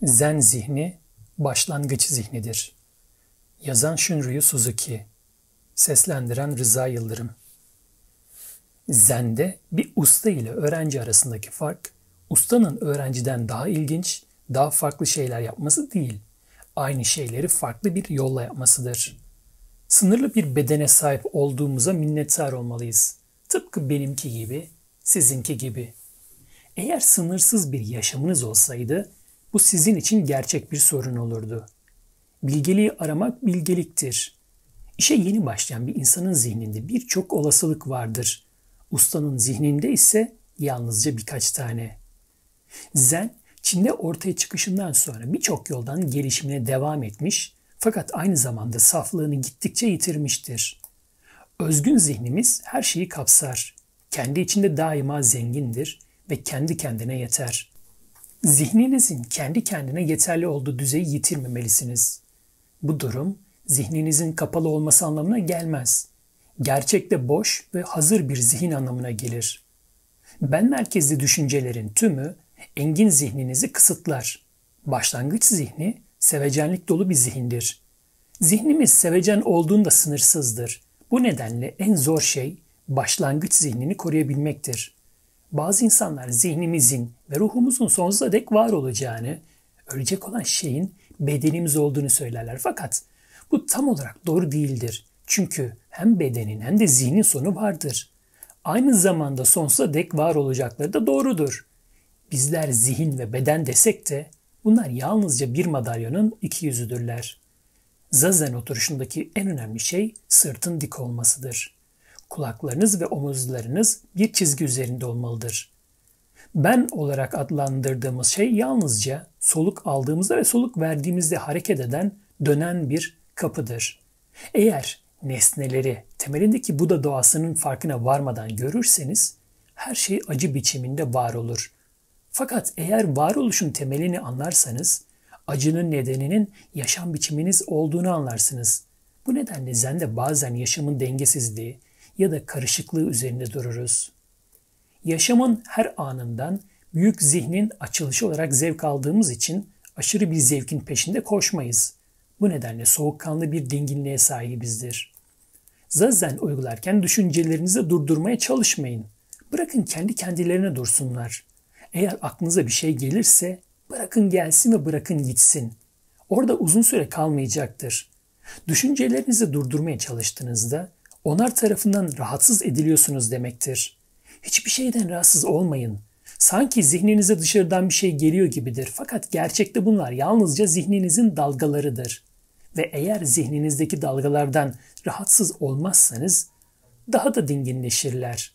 Zen zihni, başlangıç zihnidir. Yazan Shunryu Suzuki, seslendiren Rıza Yıldırım. Zen'de bir usta ile öğrenci arasındaki fark, ustanın öğrenciden daha ilginç, daha farklı şeyler yapması değil, aynı şeyleri farklı bir yolla yapmasıdır. Sınırlı bir bedene sahip olduğumuza minnettar olmalıyız. Tıpkı benimki gibi, sizinki gibi. Eğer sınırsız bir yaşamınız olsaydı, bu sizin için gerçek bir sorun olurdu. Bilgeliği aramak bilgeliktir. İşe yeni başlayan bir insanın zihninde birçok olasılık vardır. Ustanın zihninde ise yalnızca birkaç tane. Zen, Çin'de ortaya çıkışından sonra birçok yoldan gelişimine devam etmiş fakat aynı zamanda saflığını gittikçe yitirmiştir. Özgün zihnimiz her şeyi kapsar. Kendi içinde daima zengindir ve kendi kendine yeter. Zihninizin kendi kendine yeterli olduğu düzeyi yitirmemelisiniz. Bu durum zihninizin kapalı olması anlamına gelmez. Gerçekte boş ve hazır bir zihin anlamına gelir. Ben merkezli düşüncelerin tümü engin zihninizi kısıtlar. Başlangıç zihni sevecenlik dolu bir zihindir. Zihnimiz sevecen olduğunda sınırsızdır. Bu nedenle en zor şey başlangıç zihnini koruyabilmektir. Bazı insanlar zihnimizin ve ruhumuzun sonsuza dek var olacağını, ölecek olan şeyin bedenimiz olduğunu söylerler. Fakat bu tam olarak doğru değildir. Çünkü hem bedenin hem de zihnin sonu vardır. Aynı zamanda sonsuza dek var olacakları da doğrudur. Bizler zihin ve beden desek de bunlar yalnızca bir madalyonun iki yüzüdürler. Zazen oturuşundaki en önemli şey sırtın dik olmasıdır. Kulaklarınız ve omuzlarınız bir çizgi üzerinde olmalıdır. Ben olarak adlandırdığımız şey yalnızca soluk aldığımızda ve soluk verdiğimizde hareket eden, dönen bir kapıdır. Eğer nesneleri temelindeki Buda doğasının farkına varmadan görürseniz her şey acı biçiminde var olur. Fakat eğer varoluşun temelini anlarsanız acının nedeninin yaşam biçiminiz olduğunu anlarsınız. Bu nedenle Zen'de bazen yaşamın dengesizliği ya da karışıklığı üzerinde dururuz. Yaşamın her anından büyük zihnin açılışı olarak zevk aldığımız için aşırı bir zevkin peşinde koşmayız. Bu nedenle soğukkanlı bir dinginliğe sahibizdir. Zazen uygularken düşüncelerinizi durdurmaya çalışmayın. Bırakın kendi kendilerine dursunlar. Eğer aklınıza bir şey gelirse bırakın gelsin ve bırakın gitsin. Orada uzun süre kalmayacaktır. Düşüncelerinizi durdurmaya çalıştığınızda onlar tarafından rahatsız ediliyorsunuz demektir. Hiçbir şeyden rahatsız olmayın. Sanki zihninize dışarıdan bir şey geliyor gibidir. Fakat gerçekte bunlar yalnızca zihninizin dalgalarıdır. Ve eğer zihninizdeki dalgalardan rahatsız olmazsanız daha da dinginleşirler.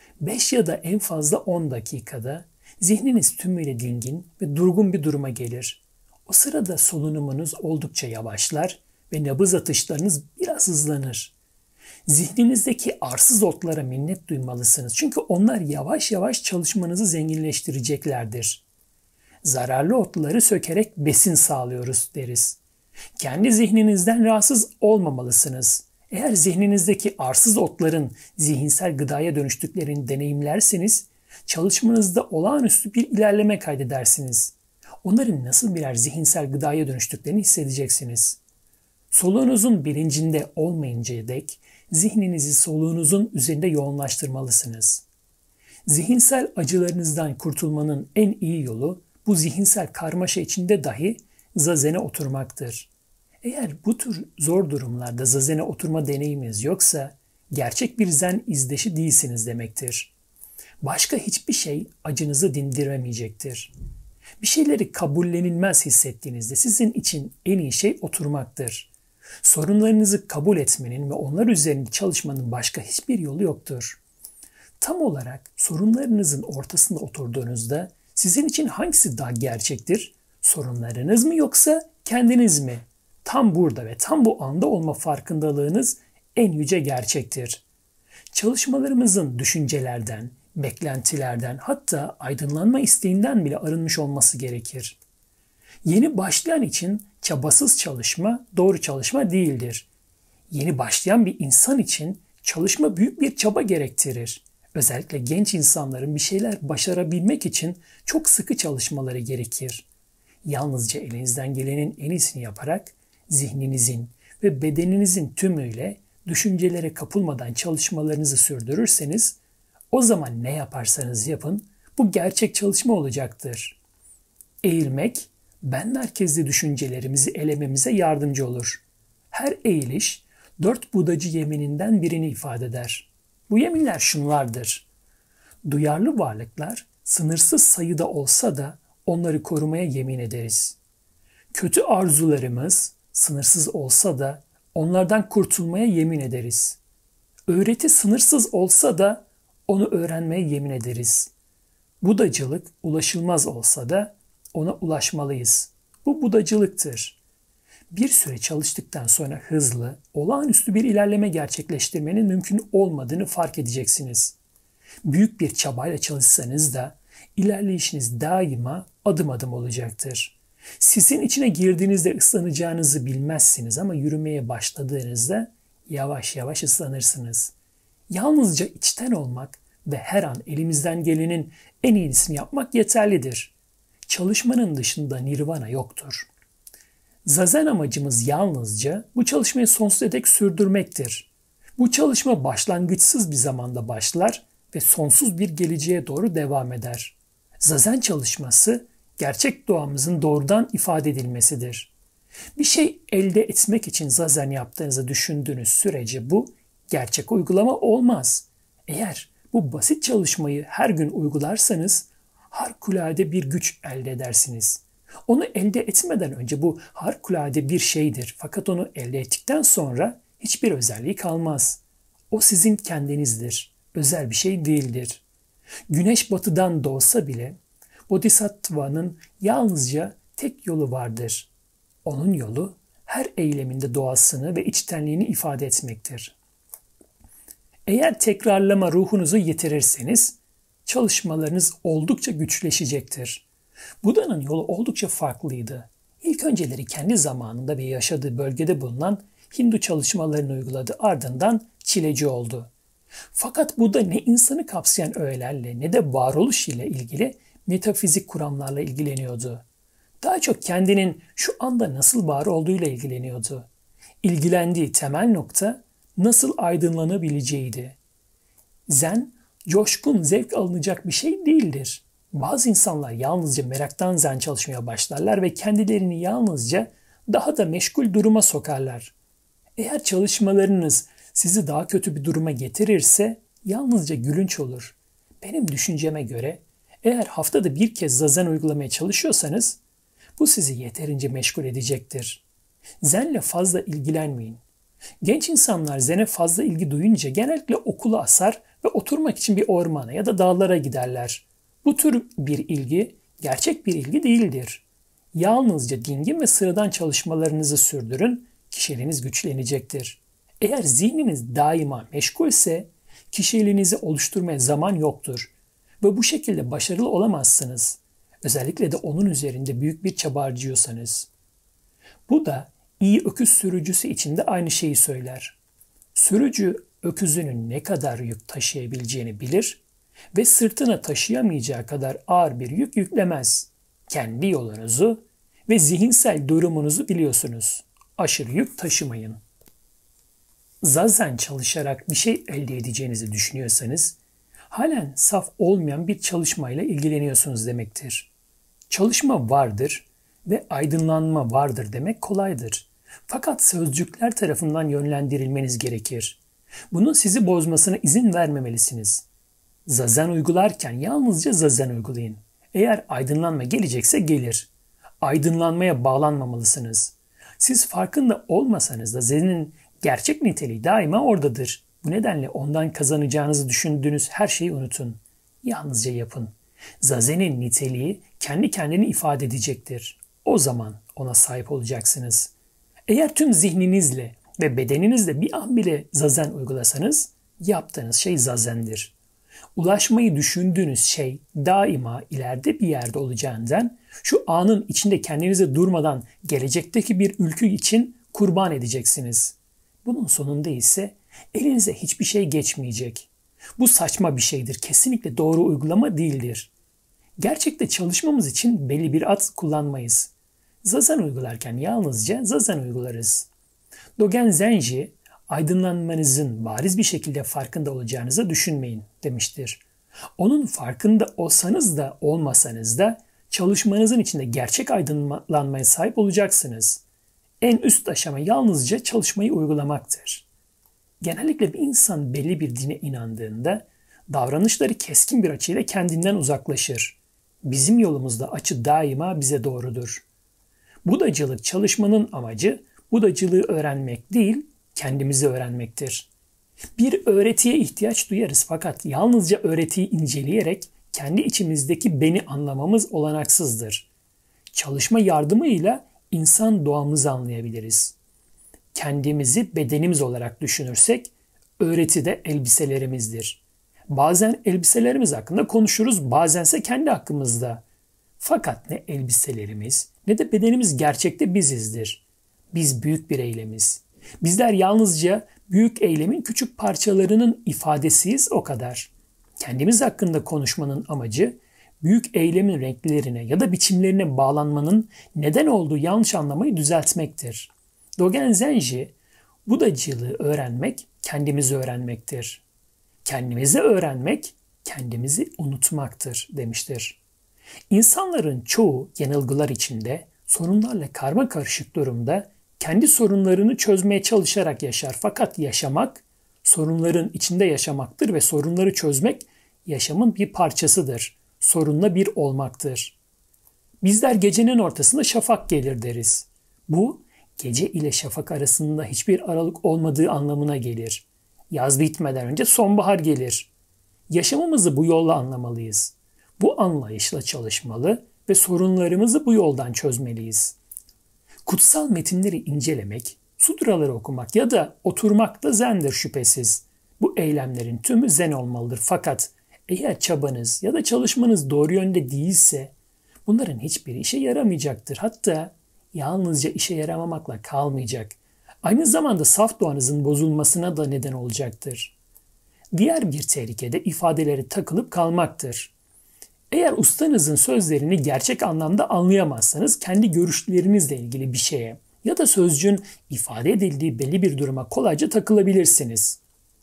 5 ya da en fazla 10 dakikada zihniniz tümüyle dingin ve durgun bir duruma gelir. O sırada solunumunuz oldukça yavaşlar ve nabız atışlarınız biraz hızlanır. Zihninizdeki arsız otlara minnet duymalısınız. Çünkü onlar yavaş yavaş çalışmanızı zenginleştireceklerdir. Zararlı otları sökerek besin sağlıyoruz deriz. Kendi zihninizden rahatsız olmamalısınız. Eğer zihninizdeki arsız otların zihinsel gıdaya dönüştüklerini deneyimlerseniz, çalışmanızda olağanüstü bir ilerleme kaydedersiniz. Onların nasıl birer zihinsel gıdaya dönüştüklerini hissedeceksiniz. Soluğunuzun bilincinde olmayıncaya dek zihninizi soluğunuzun üzerinde yoğunlaştırmalısınız. Zihinsel acılarınızdan kurtulmanın en iyi yolu bu zihinsel karmaşa içinde dahi zazen'e oturmaktır. Eğer bu tür zor durumlarda zazen'e oturma deneyiminiz yoksa gerçek bir zen izdeşi değilsiniz demektir. Başka hiçbir şey acınızı dindiremeyecektir. Bir şeyleri kabullenilmez hissettiğinizde sizin için en iyi şey oturmaktır. Sorunlarınızı kabul etmenin ve onlar üzerinde çalışmanın başka hiçbir yolu yoktur. Tam olarak sorunlarınızın ortasında oturduğunuzda sizin için hangisi daha gerçektir? Sorunlarınız mı yoksa kendiniz mi? Tam burada ve tam bu anda olma farkındalığınız en yüce gerçektir. Çalışmalarımızın düşüncelerden, beklentilerden hatta aydınlanma isteğinden bile arınmış olması gerekir. Yeni başlayan için çabasız çalışma doğru çalışma değildir. Yeni başlayan bir insan için çalışma büyük bir çaba gerektirir. Özellikle genç insanların bir şeyler başarabilmek için çok sıkı çalışmaları gerekir. Yalnızca elinizden gelenin en iyisini yaparak zihninizin ve bedeninizin tümüyle düşüncelere kapılmadan çalışmalarınızı sürdürürseniz o zaman ne yaparsanız yapın bu gerçek çalışma olacaktır. Eğilmek ben merkezli düşüncelerimizi elememize yardımcı olur. Her eğiliş 4 Budacı yemininden birini ifade eder. Bu yeminler şunlardır. Duyarlı varlıklar sınırsız sayıda olsa da onları korumaya yemin ederiz. Kötü arzularımız sınırsız olsa da onlardan kurtulmaya yemin ederiz. Öğreti sınırsız olsa da onu öğrenmeye yemin ederiz. Budacılık ulaşılmaz olsa da ona ulaşmalıyız. Bu budacılıktır. Bir süre çalıştıktan sonra hızlı, olağanüstü bir ilerleme gerçekleştirmenin mümkün olmadığını fark edeceksiniz. Büyük bir çabayla çalışsanız da ilerleyişiniz daima adım adım olacaktır. Sizin içine girdiğinizde ıslanacağınızı bilmezsiniz ama yürümeye başladığınızda yavaş yavaş ıslanırsınız. Yalnızca içten olmak ve her an elimizden gelenin en iyisini yapmak yeterlidir. Çalışmanın dışında nirvana yoktur. Zazen amacımız yalnızca bu çalışmayı sonsuza dek sürdürmektir. Bu çalışma başlangıçsız bir zamanda başlar ve sonsuz bir geleceğe doğru devam eder. Zazen çalışması gerçek doğamızın doğrudan ifade edilmesidir. Bir şey elde etmek için zazen yaptığınızı düşündüğünüz sürece bu gerçek uygulama olmaz. Eğer bu basit çalışmayı her gün uygularsanız harikulade bir güç elde edersiniz. Onu elde etmeden önce bu harikulade bir şeydir. Fakat onu elde ettikten sonra hiçbir özelliği kalmaz. O sizin kendinizdir. Özel bir şey değildir. Güneş batıdan doğsa bile Bodhisattva'nın yalnızca tek yolu vardır. Onun yolu her eyleminde doğasını ve içtenliğini ifade etmektir. Eğer tekrarlama ruhunuzu yitirirseniz çalışmalarınız oldukça güçleşecektir. Buda'nın yolu oldukça farklıydı. İlk önceleri kendi zamanında ve yaşadığı bölgede bulunan Hindu çalışmalarını uyguladı, ardından çileci oldu. Fakat Buda ne insanı kapsayan öğelerle ne de varoluş ile ilgili metafizik kuramlarla ilgileniyordu. Daha çok kendinin şu anda nasıl var olduğuyla ilgileniyordu. İlgilendiği temel nokta nasıl aydınlanabileceğiydi. Zen, coşkun, zevk alınacak bir şey değildir. Bazı insanlar yalnızca meraktan zen çalışmaya başlarlar ve kendilerini yalnızca daha da meşgul duruma sokarlar. Eğer çalışmalarınız sizi daha kötü bir duruma getirirse yalnızca gülünç olur. Benim düşünceme göre eğer haftada bir kez zazen uygulamaya çalışıyorsanız bu sizi yeterince meşgul edecektir. Zenle fazla ilgilenmeyin. Genç insanlar zene fazla ilgi duyunca genellikle okula asar ve oturmak için bir ormana ya da dağlara giderler. Bu tür bir ilgi gerçek bir ilgi değildir. Yalnızca dingin ve sıradan çalışmalarınızı sürdürün, kişiliğiniz güçlenecektir. Eğer zihniniz daima meşgulse kişiliğinizi oluşturmaya zaman yoktur ve bu şekilde başarılı olamazsınız. Özellikle de onun üzerinde büyük bir çaba harcıyorsanız. Bu da iyi öküz sürücüsü için de aynı şeyi söyler. Sürücü öküzünün ne kadar yük taşıyabileceğini bilir ve sırtına taşıyamayacağı kadar ağır bir yük yüklemez. Kendi yolunuzu ve zihinsel durumunuzu biliyorsunuz. Aşırı yük taşımayın. Zazen çalışarak bir şey elde edeceğinizi düşünüyorsanız, halen saf olmayan bir çalışmayla ilgileniyorsunuz demektir. Çalışma vardır ve aydınlanma vardır demek kolaydır. Fakat sözcükler tarafından yönlendirilmeniz gerekir. Bunun sizi bozmasına izin vermemelisiniz. Zazen uygularken yalnızca zazen uygulayın. Eğer aydınlanma gelecekse gelir. Aydınlanmaya bağlanmamalısınız. Siz farkında olmasanız da zenin gerçek niteliği daima oradadır. Bu nedenle ondan kazanacağınızı düşündüğünüz her şeyi unutun. Yalnızca yapın. Zazen'in niteliği kendi kendini ifade edecektir. O zaman ona sahip olacaksınız. Eğer tüm zihninizle ve bedeninizle bir an bile zazen uygulasanız yaptığınız şey zazendir. Ulaşmayı düşündüğünüz şey daima ileride bir yerde olacağından şu anın içinde kendinizi durmadan gelecekteki bir ülkü için kurban edeceksiniz. Bunun sonunda ise elinize hiçbir şey geçmeyecek. Bu saçma bir şeydir. Kesinlikle doğru uygulama değildir. Gerçekte çalışmamız için belli bir ad kullanmayız. Zazen uygularken yalnızca zazen uygularız. Dogen Zenji, aydınlanmanızın bariz bir şekilde farkında olacağınızı düşünmeyin demiştir. Onun farkında olsanız da olmasanız da çalışmanızın içinde gerçek aydınlanmaya sahip olacaksınız. En üst aşama yalnızca çalışmayı uygulamaktır. Genellikle bir insan belli bir dine inandığında davranışları keskin bir açıyla kendinden uzaklaşır. Bizim yolumuzda açı daima bize doğrudur. Budacılık çalışmanın amacı Budacılığı öğrenmek değil, kendimizi öğrenmektir. Bir öğretiye ihtiyaç duyarız fakat yalnızca öğretiyi inceleyerek kendi içimizdeki beni anlamamız olanaksızdır. Çalışma yardımıyla insan doğamızı anlayabiliriz. Kendimizi bedenimiz olarak düşünürsek öğreti de elbiselerimizdir. Bazen elbiselerimiz hakkında konuşuruz, bazense kendi hakkımızda. Fakat ne elbiselerimiz ne de bedenimiz gerçekte bizizdir. Biz büyük bir eylemiz. Bizler yalnızca büyük eylemin küçük parçalarının ifadesiyiz o kadar. Kendimiz hakkında konuşmanın amacı büyük eylemin renklerine ya da biçimlerine bağlanmanın neden olduğu yanlış anlamayı düzeltmektir. Dogen Zenji, Budacılığı öğrenmek kendimizi öğrenmektir. Kendimizi öğrenmek kendimizi unutmaktır demiştir. İnsanların çoğu yanılgılar içinde, sorunlarla karma karışık durumda kendi sorunlarını çözmeye çalışarak yaşar. Fakat yaşamak, sorunların içinde yaşamaktır ve sorunları çözmek yaşamın bir parçasıdır. Sorunla bir olmaktır. Bizler gecenin ortasında şafak gelir deriz. Bu, gece ile şafak arasında hiçbir aralık olmadığı anlamına gelir. Yaz bitmeden önce sonbahar gelir. Yaşamımızı bu yolla anlamalıyız. Bu anlayışla çalışmalı ve sorunlarımızı bu yoldan çözmeliyiz. Kutsal metinleri incelemek, sutraları okumak ya da oturmak da zendir şüphesiz. Bu eylemlerin tümü zen olmalıdır. Fakat eğer çabanız ya da çalışmanız doğru yönde değilse bunların hiçbiri işe yaramayacaktır. Hatta yalnızca işe yaramamakla kalmayacak. Aynı zamanda saf doğanızın bozulmasına da neden olacaktır. Diğer bir tehlike de ifadeleri takılıp kalmaktır. Eğer ustanızın sözlerini gerçek anlamda anlayamazsanız kendi görüşlerinizle ilgili bir şeye ya da sözcüğün ifade edildiği belli bir duruma kolayca takılabilirsiniz.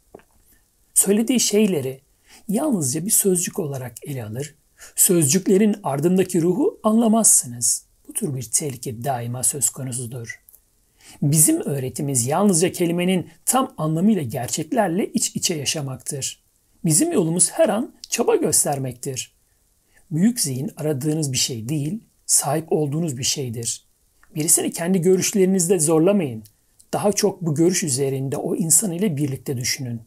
Söylediği şeyleri yalnızca bir sözcük olarak ele alır, sözcüklerin ardındaki ruhu anlamazsınız. Bu tür bir tehlike daima söz konusudur. Bizim öğretimiz yalnızca kelimenin tam anlamıyla gerçeklerle iç içe yaşamaktır. Bizim yolumuz her an çaba göstermektir. Büyük zihin aradığınız bir şey değil, sahip olduğunuz bir şeydir. Birisini kendi görüşlerinizde zorlamayın. Daha çok bu görüş üzerinde o insan ile birlikte düşünün.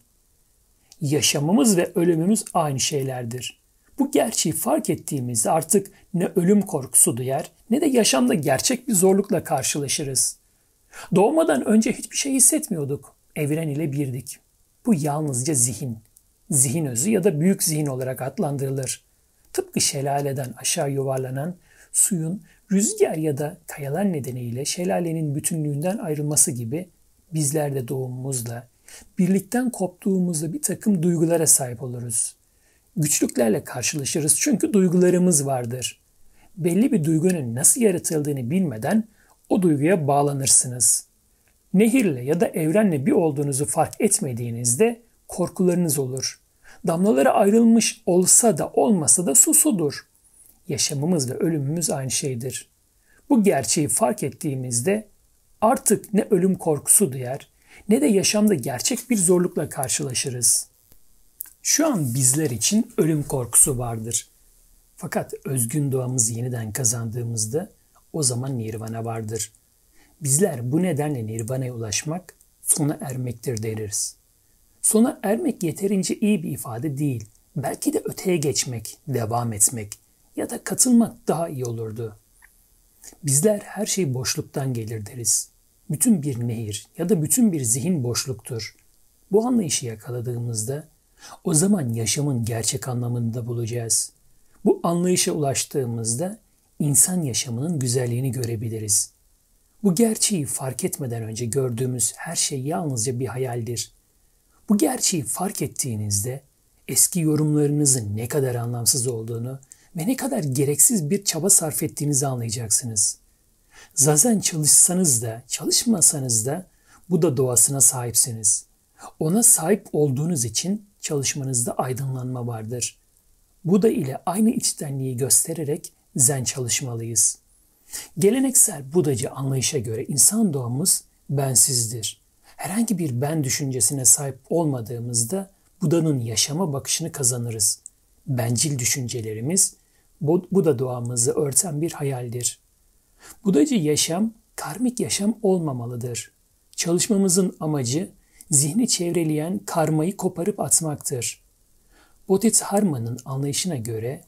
Yaşamımız ve ölümümüz aynı şeylerdir. Bu gerçeği fark ettiğimizde artık ne ölüm korkusu duyar ne de yaşamda gerçek bir zorlukla karşılaşırız. Doğmadan önce hiçbir şey hissetmiyorduk. Evren ile birdik. Bu yalnızca zihin. Zihin özü ya da büyük zihin olarak adlandırılır. Tıpkı şelaleden aşağı yuvarlanan suyun rüzgar ya da kayalar nedeniyle şelalenin bütünlüğünden ayrılması gibi bizler de doğumumuzla, birlikten koptuğumuzda bir takım duygulara sahip oluruz. Güçlüklerle karşılaşırız çünkü duygularımız vardır. Belli bir duygunun nasıl yaratıldığını bilmeden o duyguya bağlanırsınız. Nehirle ya da evrenle bir olduğunuzu fark etmediğinizde korkularınız olur. Damlalara ayrılmış olsa da olmasa da su sudur. Yaşamımız ve ölümümüz aynı şeydir. Bu gerçeği fark ettiğimizde artık ne ölüm korkusu duyar ne de yaşamda gerçek bir zorlukla karşılaşırız. Şu an bizler için ölüm korkusu vardır. Fakat özgün doğamızı yeniden kazandığımızda o zaman nirvana vardır. Bizler bu nedenle nirvana'ya ulaşmak, sona ermektir deriz. Sona ermek yeterince iyi bir ifade değil. Belki de öteye geçmek, devam etmek ya da katılmak daha iyi olurdu. Bizler her şey boşluktan gelir deriz. Bütün bir nehir ya da bütün bir zihin boşluktur. Bu anlayışı yakaladığımızda o zaman yaşamın gerçek anlamını da bulacağız. Bu anlayışa ulaştığımızda insan yaşamının güzelliğini görebiliriz. Bu gerçeği fark etmeden önce gördüğümüz her şey yalnızca bir hayaldir. Bu gerçeği fark ettiğinizde eski yorumlarınızın ne kadar anlamsız olduğunu ve ne kadar gereksiz bir çaba sarf ettiğinizi anlayacaksınız. Zazen çalışsanız da çalışmasanız da Buda doğasına sahipsiniz. Ona sahip olduğunuz için çalışmanızda aydınlanma vardır. Buda ile aynı içtenliği göstererek zen çalışmalıyız. Geleneksel Budacı anlayışa göre insan doğamız bensizdir. Herhangi bir ben düşüncesine sahip olmadığımızda Buda'nın yaşama bakışını kazanırız. Bencil düşüncelerimiz Buda doğamızı örten bir hayaldir. Budacı yaşam, karmik yaşam olmamalıdır. Çalışmamızın amacı zihni çevreleyen karmayı koparıp atmaktır. Bodhidharma'nın anlayışına göre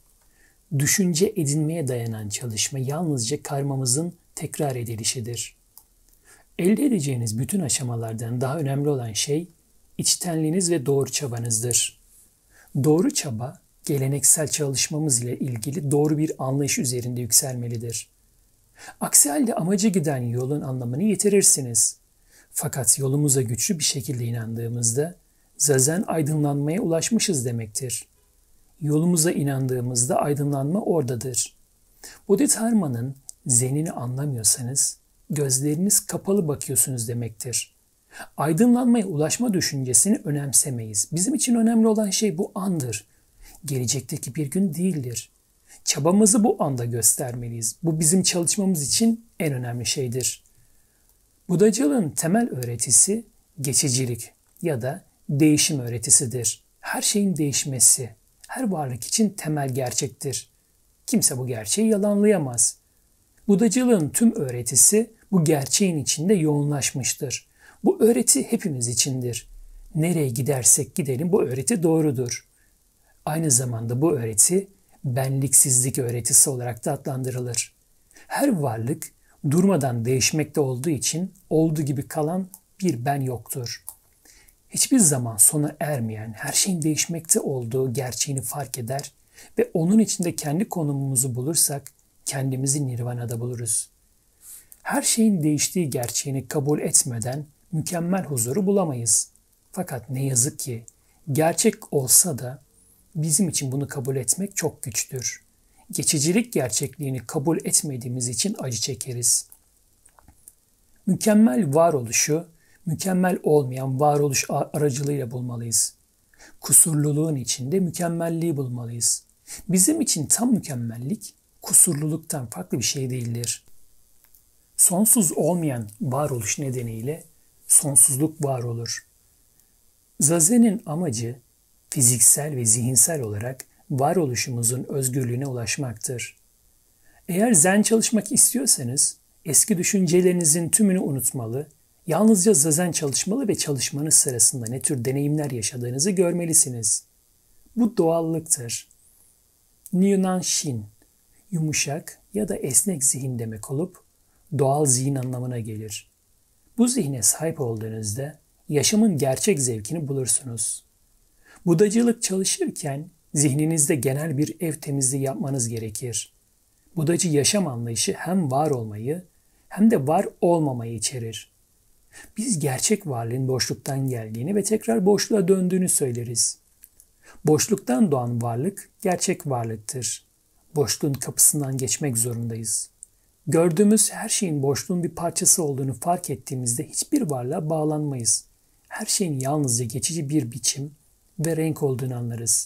düşünce edinmeye dayanan çalışma yalnızca karmamızın tekrar edilişidir. Elde edeceğiniz bütün aşamalardan daha önemli olan şey içtenliğiniz ve doğru çabanızdır. Doğru çaba, geleneksel çalışmamız ile ilgili doğru bir anlayış üzerinde yükselmelidir. Aksi halde amaca giden yolun anlamını yitirirsiniz. Fakat yolumuza güçlü bir şekilde inandığımızda zazen aydınlanmaya ulaşmışız demektir. Yolumuza inandığımızda aydınlanma oradadır. Bodhidharma'nın zenini anlamıyorsanız gözleriniz kapalı bakıyorsunuz demektir. Aydınlanmaya ulaşma düşüncesini önemsemeyiz. Bizim için önemli olan şey bu andır. Gelecekteki bir gün değildir. Çabamızı bu anda göstermeliyiz. Bu bizim çalışmamız için en önemli şeydir. Budacılığın temel öğretisi geçicilik ya da değişim öğretisidir. Her şeyin değişmesi, her varlık için temel gerçektir. Kimse bu gerçeği yalanlayamaz. Budacılığın tüm öğretisi bu gerçeğin içinde yoğunlaşmıştır. Bu öğreti hepimiz içindir. Nereye gidersek gidelim bu öğreti doğrudur. Aynı zamanda bu öğreti benliksizlik öğretisi olarak da adlandırılır. Her varlık durmadan değişmekte olduğu için olduğu gibi kalan bir ben yoktur. Hiçbir zaman sona ermeyen, her şeyin değişmekte olduğu gerçeğini fark eder ve onun içinde kendi konumumuzu bulursak kendimizi nirvanada buluruz. Her şeyin değiştiği gerçeğini kabul etmeden mükemmel huzuru bulamayız. Fakat ne yazık ki gerçek olsa da bizim için bunu kabul etmek çok güçtür. Geçicilik gerçekliğini kabul etmediğimiz için acı çekeriz. Mükemmel varoluşu, mükemmel olmayan varoluş aracılığıyla bulmalıyız. Kusurluluğun içinde mükemmelliği bulmalıyız. Bizim için tam mükemmellik, kusurluluktan farklı bir şey değildir. Sonsuz olmayan varoluş nedeniyle sonsuzluk var olur. Zazen'in amacı fiziksel ve zihinsel olarak varoluşumuzun özgürlüğüne ulaşmaktır. Eğer zen çalışmak istiyorsanız eski düşüncelerinizin tümünü unutmalı, yalnızca zazen çalışmalı ve çalışmanız sırasında ne tür deneyimler yaşadığınızı görmelisiniz. Bu doğallıktır. Nyunan Shin, yumuşak ya da esnek zihin demek olup doğal zihin anlamına gelir. Bu zihne sahip olduğunuzda yaşamın gerçek zevkini bulursunuz. Budacılık çalışırken zihninizde genel bir ev temizliği yapmanız gerekir. Budacı yaşam anlayışı hem var olmayı hem de var olmamayı içerir. Biz gerçek varlığın boşluktan geldiğini ve tekrar boşluğa döndüğünü söyleriz. Boşluktan doğan varlık gerçek varlıktır. Boşluğun kapısından geçmek zorundayız. Gördüğümüz her şeyin boşluğun bir parçası olduğunu fark ettiğimizde hiçbir varlığa bağlanmayız. Her şeyin yalnızca geçici bir biçim ve renk olduğunu anlarız.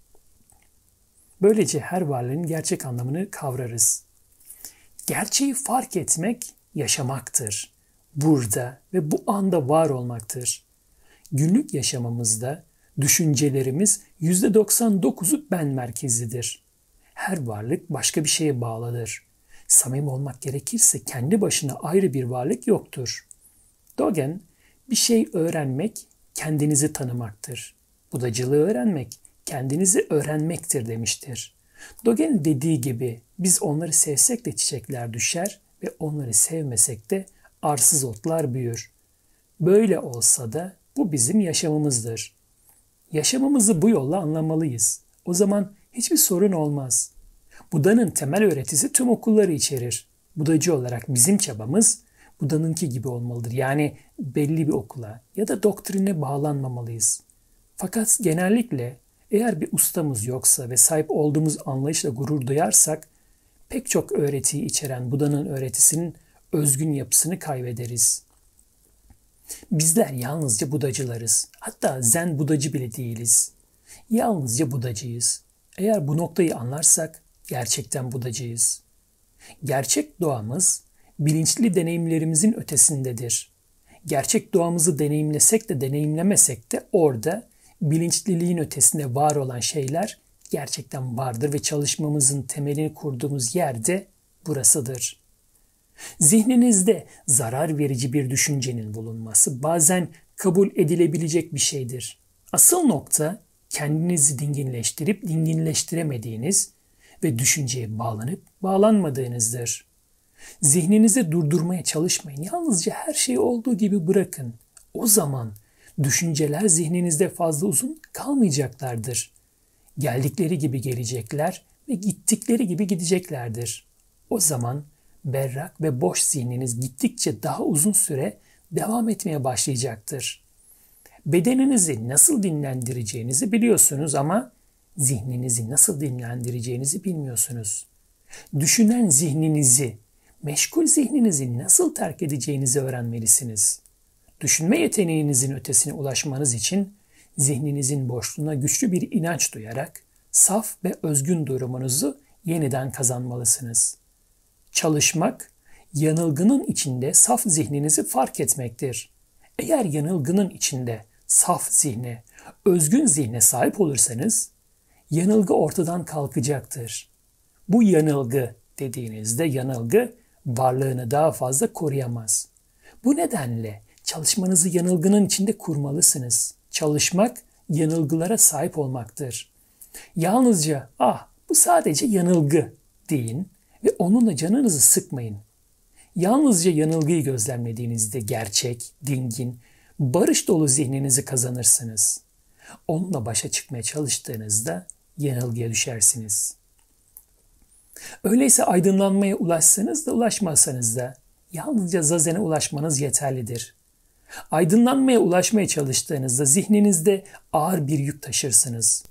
Böylece her varlığın gerçek anlamını kavrarız. Gerçeği fark etmek yaşamaktır. Burada ve bu anda var olmaktır. Günlük yaşamımızda düşüncelerimiz %99'u ben merkezlidir. Her varlık başka bir şeye bağlıdır. Samimi olmak gerekirse kendi başına ayrı bir varlık yoktur. Dogen, bir şey öğrenmek kendinizi tanımaktır. Budacılığı öğrenmek kendinizi öğrenmektir demiştir. Dogen'in dediği gibi biz onları sevsek de çiçekler düşer ve onları sevmesek de arsız otlar büyür. Böyle olsa da bu bizim yaşamımızdır. Yaşamımızı bu yolla anlamalıyız. O zaman hiçbir sorun olmaz. Buda'nın temel öğretisi tüm okulları içerir. Budacı olarak bizim çabamız Buda'nınki gibi olmalıdır. Yani belli bir okula ya da doktrine bağlanmamalıyız. Fakat genellikle Eğer bir ustamız yoksa ve sahip olduğumuz anlayışla gurur duyarsak, pek çok öğretiyi içeren Buda'nın öğretisinin özgün yapısını kaybederiz. Bizler yalnızca Budacılarız. Hatta Zen Budacı bile değiliz. Yalnızca Budacıyız. Eğer bu noktayı anlarsak gerçekten Budacıyız. Gerçek doğamız bilinçli deneyimlerimizin ötesindedir. Gerçek doğamızı deneyimlesek de deneyimlemesek de orada bilinçliliğin ötesinde var olan şeyler gerçekten vardır ve çalışmamızın temelini kurduğumuz yer de burasıdır. Zihninizde zarar verici bir düşüncenin bulunması bazen kabul edilebilecek bir şeydir. Asıl nokta kendinizi dinginleştirip dinginleştiremediğiniz ve düşünceye bağlanıp bağlanmadığınızdır. Zihninizi durdurmaya çalışmayın. Yalnızca her şeyi olduğu gibi bırakın. O zaman düşünceler zihninizde fazla uzun kalmayacaklardır. Geldikleri gibi gelecekler ve gittikleri gibi gideceklerdir. O zaman berrak ve boş zihniniz gittikçe daha uzun süre devam etmeye başlayacaktır. Bedeninizi nasıl dinlendireceğinizi biliyorsunuz ama zihninizi nasıl dinlendireceğinizi bilmiyorsunuz. Düşünen zihninizi, meşgul zihninizi nasıl terk edeceğinizi öğrenmelisiniz. Düşünme yeteneğinizin ötesine ulaşmanız için zihninizin boşluğuna güçlü bir inanç duyarak saf ve özgün durumunuzu yeniden kazanmalısınız. Çalışmak, yanılgının içinde saf zihninizi fark etmektir. Eğer yanılgının içinde saf zihne, özgün zihne sahip olursanız, yanılgı ortadan kalkacaktır. Bu yanılgı dediğinizde yanılgı varlığını daha fazla koruyamaz. Bu nedenle çalışmanızı yanılgının içinde kurmalısınız. Çalışmak, yanılgılara sahip olmaktır. Yalnızca, bu sadece yanılgı deyin ve onunla canınızı sıkmayın. Yalnızca yanılgıyı gözlemlediğinizde gerçek, dingin, barış dolu zihninizi kazanırsınız. Onunla başa çıkmaya çalıştığınızda yanılgıya düşersiniz. Öyleyse aydınlanmaya ulaşsanız da ulaşmasanız da yalnızca zazen'e ulaşmanız yeterlidir. Aydınlanmaya ulaşmaya çalıştığınızda zihninizde ağır bir yük taşırsınız.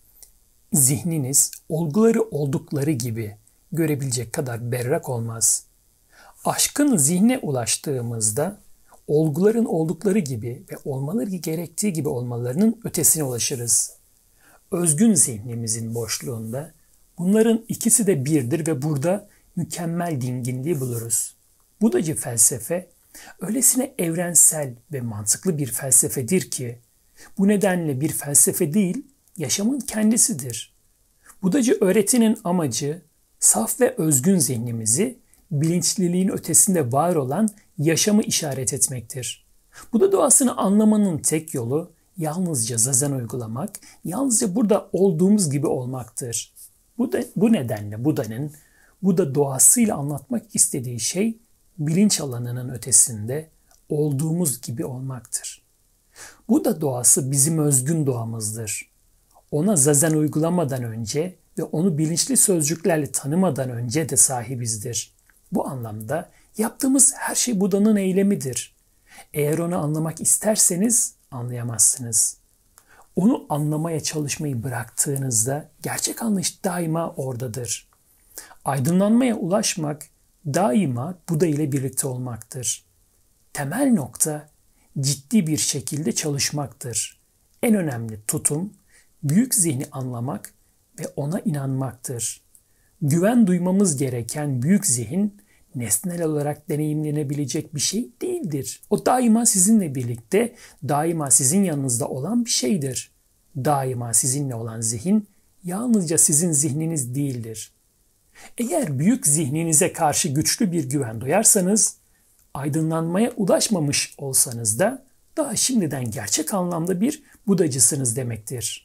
Zihniniz olguları oldukları gibi görebilecek kadar berrak olmaz. Aşkın zihne ulaştığımızda olguların oldukları gibi ve olmaları gerektiği gibi olmalarının ötesine ulaşırız. Özgün zihnimizin boşluğunda bunların ikisi de birdir ve burada mükemmel dinginliği buluruz. Budacı felsefe öylesine evrensel ve mantıklı bir felsefedir ki bu nedenle bir felsefe değil, yaşamın kendisidir. Budacı öğretinin amacı saf ve özgün zihnimizi bilinçliliğin ötesinde var olan yaşamı işaret etmektir. Buda doğasını anlamanın tek yolu yalnızca zazen uygulamak, yalnızca burada olduğumuz gibi olmaktır. Bu nedenle Buda doğasıyla anlatmak istediği şey bilinç alanının ötesinde olduğumuz gibi olmaktır. Buda doğası bizim özgün doğamızdır. Ona zazen uygulamadan önce ve onu bilinçli sözcüklerle tanımadan önce de sahibizdir. Bu anlamda yaptığımız her şey Buda'nın eylemidir. Eğer onu anlamak isterseniz anlayamazsınız. Onu anlamaya çalışmayı bıraktığınızda gerçek anlayış daima oradadır. Aydınlanmaya ulaşmak daima Buda ile birlikte olmaktır. Temel nokta ciddi bir şekilde çalışmaktır. En önemli tutum büyük zihni anlamak ve ona inanmaktır. Güven duymamız gereken büyük zihin nesnel olarak deneyimlenebilecek bir şey değildir. O daima sizinle birlikte, daima sizin yanınızda olan bir şeydir. Daima sizinle olan zihin yalnızca sizin zihniniz değildir. Eğer büyük zihninize karşı güçlü bir güven duyarsanız, aydınlanmaya ulaşmamış olsanız da daha şimdiden gerçek anlamda bir Budacısınız demektir.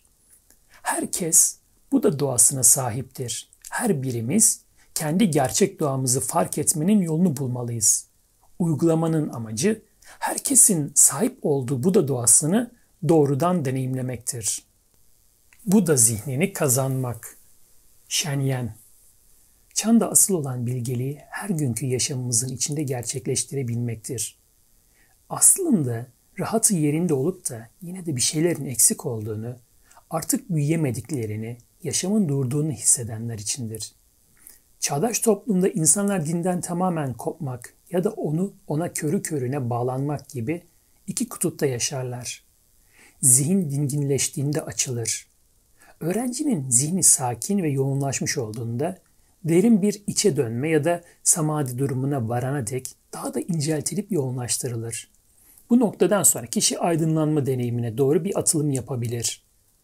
Herkes Buda doğasına sahiptir. Her birimiz kendi gerçek doğamızı fark etmenin yolunu bulmalıyız. Uygulamanın amacı herkesin sahip olduğu Buda doğasını doğrudan deneyimlemektir. Buda zihnini kazanmak. Shen. Çanda asıl olan bilgeliği her günkü yaşamımızın içinde gerçekleştirebilmektir. Aslında rahatı yerinde olup da yine de bir şeylerin eksik olduğunu, Artık büyüyemediklerini, yaşamın durduğunu hissedenler içindir. Çağdaş toplumda insanlar dinden tamamen kopmak ya da ona körü körüne bağlanmak gibi iki kutupta yaşarlar. Zihin dinginleştiğinde açılır. Öğrencinin zihni sakin ve yoğunlaşmış olduğunda derin bir içe dönme ya da samadi durumuna varana dek daha da inceltilip yoğunlaştırılır. Bu noktadan sonra kişi aydınlanma deneyimine doğru bir atılım yapabilir.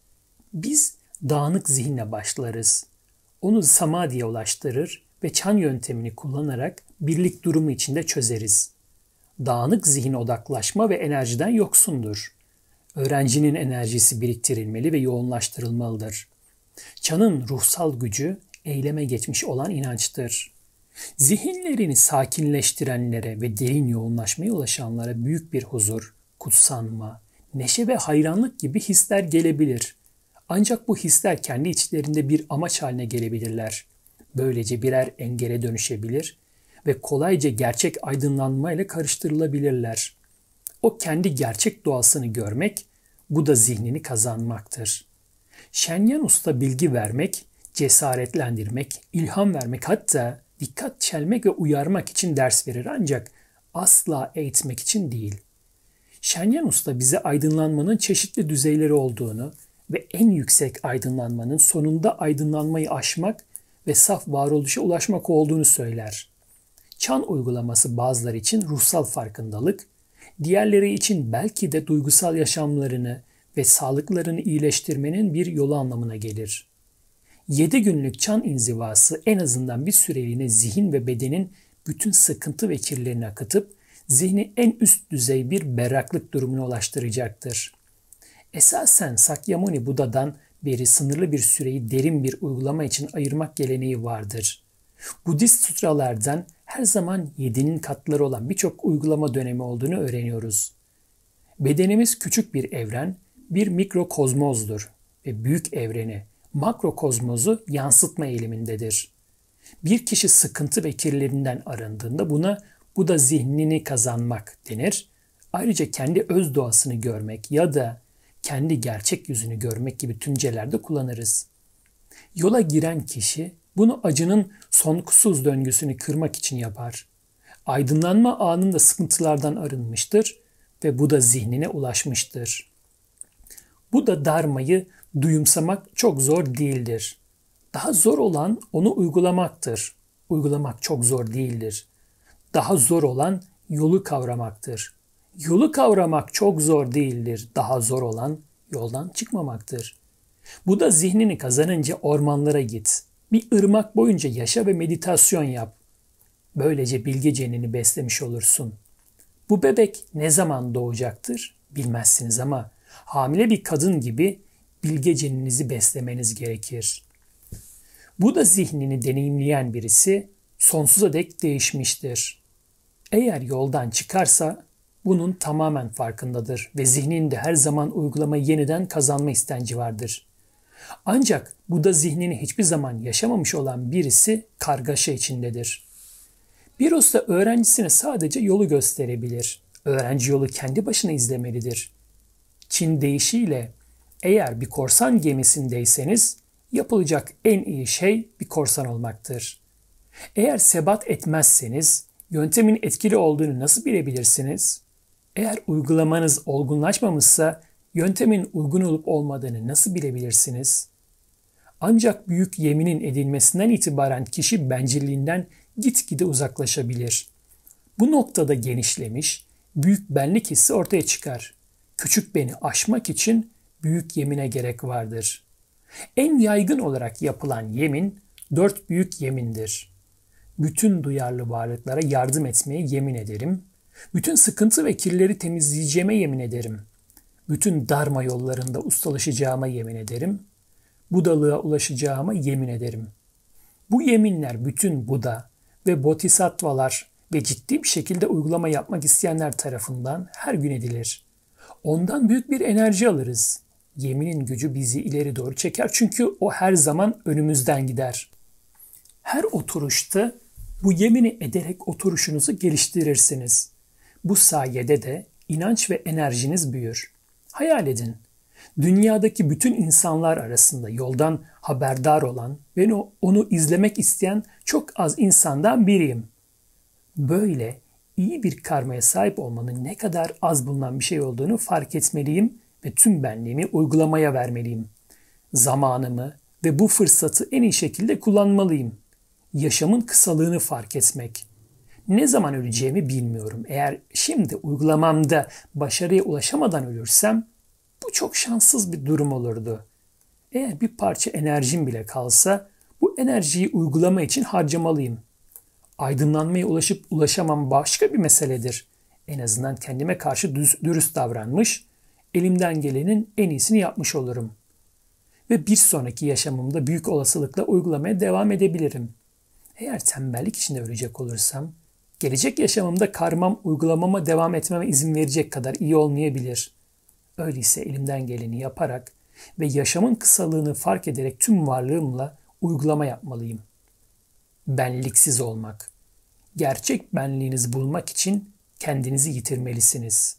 Biz dağınık zihinle başlarız. Onu samadiye ulaştırır ve çan yöntemini kullanarak birlik durumu içinde çözeriz. Dağınık zihin odaklaşma ve enerjiden yoksundur. Öğrencinin enerjisi biriktirilmeli ve yoğunlaştırılmalıdır. Çanın ruhsal gücü eyleme geçmiş olan inançtır. Zihinlerini sakinleştirenlere ve derin yoğunlaşmaya ulaşanlara büyük bir huzur, kutsanma, neşe ve hayranlık gibi hisler gelebilir. Ancak bu hisler kendi içlerinde bir amaç haline gelebilirler. Böylece birer engele dönüşebilir ve kolayca gerçek aydınlanmayla karıştırılabilirler. O kendi gerçek doğasını görmek, bu da zihnini kazanmaktır. Şenyan Usta bilgi vermek, cesaretlendirmek, ilham vermek, hatta dikkat çelmek ve uyarmak için ders verir, ancak asla eğitmek için değil. Şenyan Usta bize aydınlanmanın çeşitli düzeyleri olduğunu ve en yüksek aydınlanmanın sonunda aydınlanmayı aşmak ve saf varoluşa ulaşmak olduğunu söyler. Çan uygulaması bazıları için ruhsal farkındalık, diğerleri için belki de duygusal yaşamlarını ve sağlıklarını iyileştirmenin bir yolu anlamına gelir. 7 günlük çan inzivası en azından bir süreliğine zihin ve bedenin bütün sıkıntı ve kirlerini akıtıp zihni en üst düzey bir berraklık durumuna ulaştıracaktır. Esasen Sakyamuni Buda'dan beri sınırlı bir süreyi derin bir uygulama için ayırmak geleneği vardır. Budist sutralardan her zaman 7'nin katları olan birçok uygulama dönemi olduğunu öğreniyoruz. Bedenimiz küçük bir evren, bir mikrokozmozdur ve büyük evreni, makrokozmozu yansıtma eğilimindedir. Bir kişi sıkıntı ve kirlerinden arındığında buna Buda zihnini kazanmak denir. Ayrıca kendi öz doğasını görmek ya da kendi gerçek yüzünü görmek gibi tümcelerde kullanırız. Yola giren kişi bunu acının sonsuz döngüsünü kırmak için yapar. Aydınlanma anında sıkıntılardan arınmıştır ve Buda zihnine ulaşmıştır. Buda Dharma'yı duyumsamak çok zor değildir. Daha zor olan onu uygulamaktır. Uygulamak çok zor değildir. Daha zor olan yolu kavramaktır. Yolu kavramak çok zor değildir. Daha zor olan yoldan çıkmamaktır. Buda zihnini kazanınca ormanlara git. Bir ırmak boyunca yaşa ve meditasyon yap. Böylece bilge cenini beslemiş olursun. Bu bebek ne zaman doğacaktır bilmezsiniz ama hamile bir kadın gibi bilge ceninizi beslemeniz gerekir. Buda zihnini deneyimleyen birisi sonsuza dek değişmiştir. Eğer yoldan çıkarsa bunun tamamen farkındadır ve zihninde her zaman uygulamayı yeniden kazanma istenci vardır. Ancak Buda zihnini hiçbir zaman yaşamamış olan birisi kargaşa içindedir. Bir usta öğrencisine sadece yolu gösterebilir. Öğrenci yolu kendi başına izlemelidir. Çin deyişiyle eğer bir korsan gemisindeyseniz yapılacak en iyi şey bir korsan olmaktır. Eğer sebat etmezseniz yöntemin etkili olduğunu nasıl bilebilirsiniz? Eğer uygulamanız olgunlaşmamışsa yöntemin uygun olup olmadığını nasıl bilebilirsiniz? Ancak büyük yeminin edilmesinden itibaren kişi bencilliğinden gitgide uzaklaşabilir. Bu noktada genişlemiş, büyük benlik hissi ortaya çıkar. Küçük beni aşmak için büyük yemine gerek vardır. En yaygın olarak yapılan yemin 4 büyük yemindir. Bütün duyarlı varlıklara yardım etmeye yemin ederim. Bütün sıkıntı ve kirleri temizleyeceğime yemin ederim. Bütün dharma yollarında ustalaşacağıma yemin ederim. Budalığa ulaşacağıma yemin ederim. Bu yeminler bütün Buda ve Bodhisattvalar ve ciddi bir şekilde uygulama yapmak isteyenler tarafından her gün edilir. Ondan büyük bir enerji alırız. Yeminin gücü bizi ileri doğru çeker çünkü o her zaman önümüzden gider. Her oturuşta bu yemini ederek oturuşunuzu geliştirirsiniz. Bu sayede de inanç ve enerjiniz büyür. Hayal edin. Dünyadaki bütün insanlar arasında yoldan haberdar olan ve onu izlemek isteyen çok az insandan biriyim. Böyle iyi bir karmaya sahip olmanın ne kadar az bulunan bir şey olduğunu fark etmeliyim ve tüm benliğimi uygulamaya vermeliyim. Zamanımı ve bu fırsatı en iyi şekilde kullanmalıyım. Yaşamın kısalığını fark etmek. Ne zaman öleceğimi bilmiyorum. Eğer şimdi uygulamamda başarıya ulaşamadan ölürsem bu çok şanssız bir durum olurdu. Eğer bir parça enerjim bile kalsa bu enerjiyi uygulama için harcamalıyım. Aydınlanmaya ulaşıp ulaşamam başka bir meseledir. En azından kendime karşı dürüst davranmış, elimden gelenin en iyisini yapmış olurum. Ve bir sonraki yaşamımda büyük olasılıkla uygulamaya devam edebilirim. Eğer tembellik içinde ölecek olursam, gelecek yaşamımda karmam uygulamama devam etmeme izin verecek kadar iyi olmayabilir. Öyleyse elimden geleni yaparak ve yaşamın kısalığını fark ederek tüm varlığımla uygulama yapmalıyım. Benliksiz olmak. Gerçek benliğinizi bulmak için kendinizi yitirmelisiniz.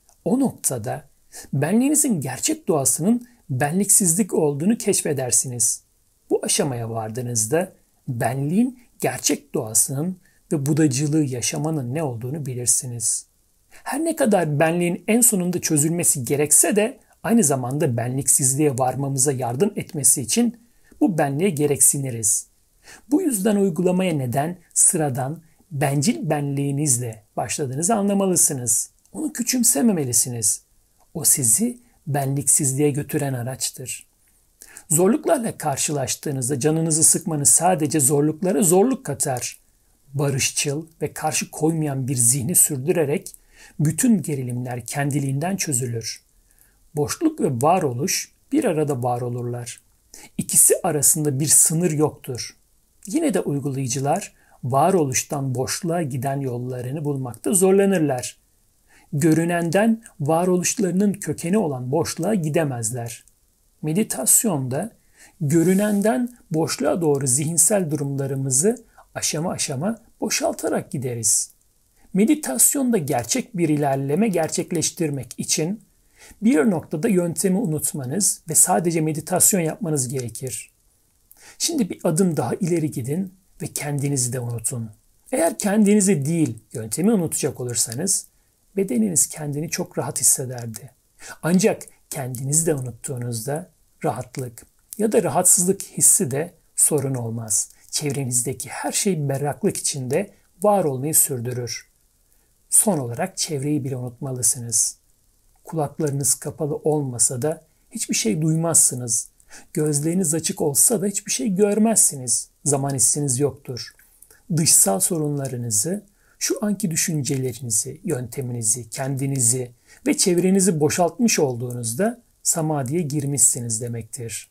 O noktada benliğinizin gerçek doğasının benliksizlik olduğunu keşfedersiniz. Bu aşamaya vardığınızda benliğin gerçek doğasının ve budacılığı yaşamanın ne olduğunu bilirsiniz. Her ne kadar benliğin en sonunda çözülmesi gerekse de aynı zamanda benliksizliğe varmamıza yardım etmesi için bu benliğe gereksiniriz. Bu yüzden uygulamaya neden sıradan, bencil benliğinizle başladığınızı anlamalısınız. Onu küçümsememelisiniz. O sizi benliksizliğe götüren araçtır. Zorluklarla karşılaştığınızda canınızı sıkmanız sadece zorluklara zorluk katar. Barışçıl ve karşı koymayan bir zihni sürdürerek bütün gerilimler kendiliğinden çözülür. Boşluk ve varoluş bir arada var olurlar. İkisi arasında bir sınır yoktur. Yine de uygulayıcılar varoluştan boşluğa giden yollarını bulmakta zorlanırlar. Görünenden varoluşlarının kökeni olan boşluğa gidemezler. Meditasyonda görünenden boşluğa doğru zihinsel durumlarımızı aşama aşama boşaltarak gideriz. Meditasyonda gerçek bir ilerleme gerçekleştirmek için bir noktada yöntemi unutmanız ve sadece meditasyon yapmanız gerekir. Şimdi bir adım daha ileri gidin ve kendinizi de unutun. Eğer kendinizi değil, yöntemi unutacak olursanız bedeniniz kendini çok rahat hissederdi. Ancak kendinizi de unuttuğunuzda rahatlık ya da rahatsızlık hissi de sorun olmaz. Çevrenizdeki her şey berraklık içinde var olmayı sürdürür. Son olarak çevreyi bile unutmalısınız. Kulaklarınız kapalı olmasa da hiçbir şey duymazsınız. Gözleriniz açık olsa da hiçbir şey görmezsiniz. Zaman hissiniz yoktur. Dışsal sorunlarınızı, şu anki düşüncelerinizi, yönteminizi, kendinizi ve çevrenizi boşaltmış olduğunuzda samadhiye girmişsiniz demektir.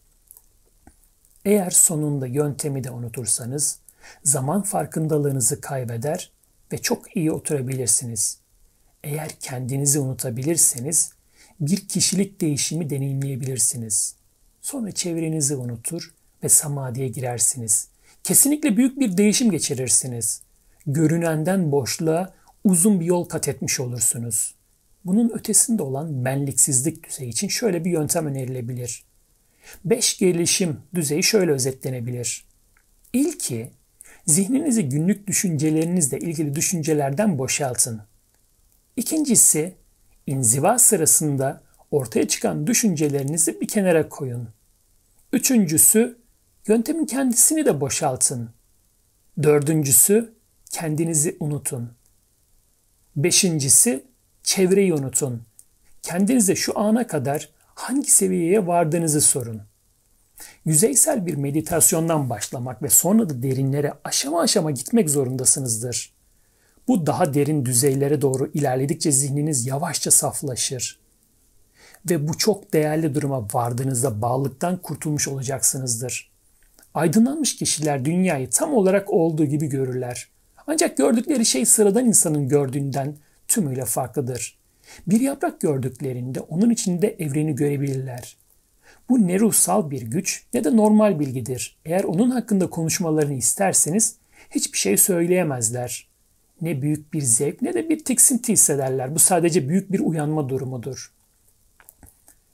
Eğer sonunda yöntemi de unutursanız zaman farkındalığınızı kaybeder ve çok iyi oturabilirsiniz. Eğer kendinizi unutabilirseniz bir kişilik değişimi deneyimleyebilirsiniz. Sonra çevrenizi unutur ve samadhiye girersiniz. Kesinlikle büyük bir değişim geçirirsiniz. Görünenden boşluğa uzun bir yol kat etmiş olursunuz. Bunun ötesinde olan benliksizlik düzeyi için şöyle bir yöntem önerilebilir. 5 gelişim düzeyi şöyle özetlenebilir. İlki, zihninizi günlük düşüncelerinizle ilgili düşüncelerden boşaltın. İkincisi, inziva sırasında ortaya çıkan düşüncelerinizi bir kenara koyun. Üçüncüsü, yöntemin kendisini de boşaltın. Dördüncüsü, kendinizi unutun. Beşincisi, çevreyi unutun. Kendinize şu ana kadar hangi seviyeye vardığınızı sorun. Yüzeysel bir meditasyondan başlamak ve sonra da derinlere aşama aşama gitmek zorundasınızdır. Bu daha derin düzeylere doğru ilerledikçe zihniniz yavaşça saflaşır. Ve bu çok değerli duruma vardığınızda bağlılıktan kurtulmuş olacaksınızdır. Aydınlanmış kişiler dünyayı tam olarak olduğu gibi görürler. Ancak gördükleri şey sıradan insanın gördüğünden tümüyle farklıdır. Bir yaprak gördüklerinde onun içinde evreni görebilirler. Bu ne ruhsal bir güç ne de normal bilgidir. Eğer onun hakkında konuşmalarını isterseniz hiçbir şey söyleyemezler. Ne büyük bir zevk ne de bir tiksinti hissederler. Bu sadece büyük bir uyanma durumudur.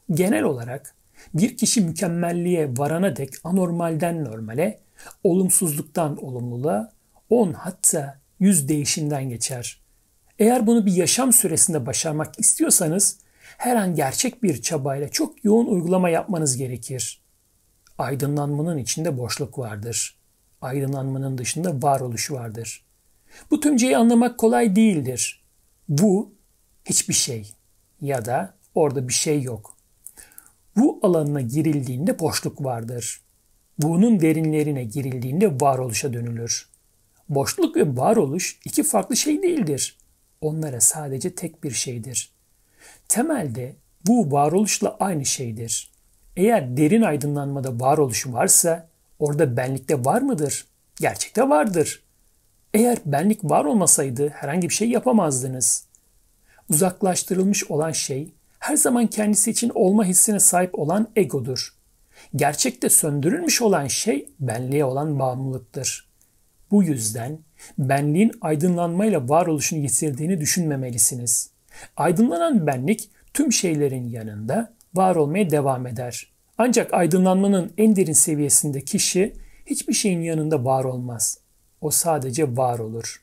Genel olarak bir kişi mükemmelliğe varana dek anormalden normale, olumsuzluktan olumluluğa 10 hatta 100 değişimden geçer. Eğer bunu bir yaşam süresinde başarmak istiyorsanız her an gerçek bir çabayla çok yoğun uygulama yapmanız gerekir. Aydınlanmanın içinde boşluk vardır. Aydınlanmanın dışında varoluş vardır. Bu tümceyi anlamak kolay değildir. Bu hiçbir şey ya da orada bir şey yok. Bu alanına girildiğinde boşluk vardır. Bunun derinlerine girildiğinde varoluşa dönülür. Boşluk ve varoluş iki farklı şey değildir. Onlara sadece tek bir şeydir. Temelde bu varoluşla aynı şeydir. Eğer derin aydınlanmada varoluş varsa orada benlik de var mıdır? Gerçekte vardır. Eğer benlik var olmasaydı herhangi bir şey yapamazdınız. Uzaklaştırılmış olan şey her zaman kendisi için olma hissine sahip olan egodur. Gerçekte söndürülmüş olan şey benliğe olan bağımlılıktır. Bu yüzden benliğin aydınlanmayla varoluşunu yitirdiğini düşünmemelisiniz. Aydınlanan benlik tüm şeylerin yanında var olmaya devam eder. Ancak aydınlanmanın en derin seviyesinde kişi hiçbir şeyin yanında var olmaz. O sadece var olur.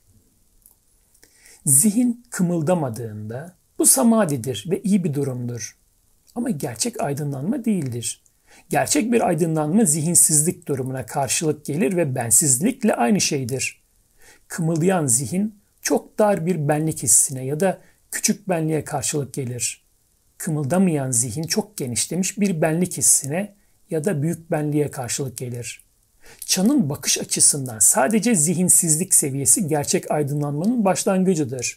Zihin kımıldamadığında bu samadidir ve iyi bir durumdur. Ama gerçek aydınlanma değildir. Gerçek bir aydınlanma zihinsizlik durumuna karşılık gelir ve bensizlikle aynı şeydir. Kımıldayan zihin çok dar bir benlik hissine ya da küçük benliğe karşılık gelir. Kımıldamayan zihin çok genişlemiş bir benlik hissine ya da büyük benliğe karşılık gelir. Çan'ın bakış açısından sadece zihinsizlik seviyesi gerçek aydınlanmanın başlangıcıdır.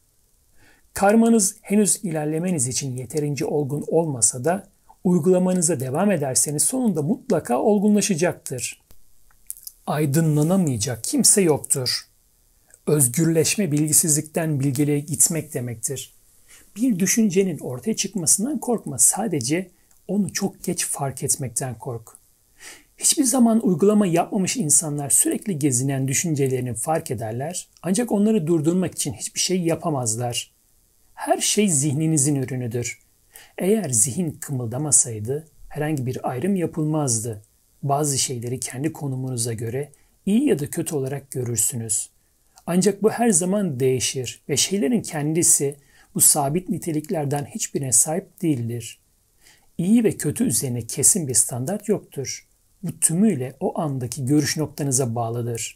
Karmanız henüz ilerlemeniz için yeterince olgun olmasa da uygulamanıza devam ederseniz sonunda mutlaka olgunlaşacaktır. Aydınlanamayacak kimse yoktur. Özgürleşme bilgisizlikten bilgeliğe gitmek demektir. Bir düşüncenin ortaya çıkmasından korkma, sadece onu çok geç fark etmekten kork. Hiçbir zaman uygulama yapmamış insanlar sürekli gezinen düşüncelerini fark ederler, ancak onları durdurmak için hiçbir şey yapamazlar. Her şey zihninizin ürünüdür. Eğer zihin kımıldamasaydı herhangi bir ayrım yapılmazdı. Bazı şeyleri kendi konumunuza göre iyi ya da kötü olarak görürsünüz. Ancak bu her zaman değişir ve şeylerin kendisi bu sabit niteliklerden hiçbirine sahip değildir. İyi ve kötü üzerine kesin bir standart yoktur. Bu tümüyle o andaki görüş noktanıza bağlıdır.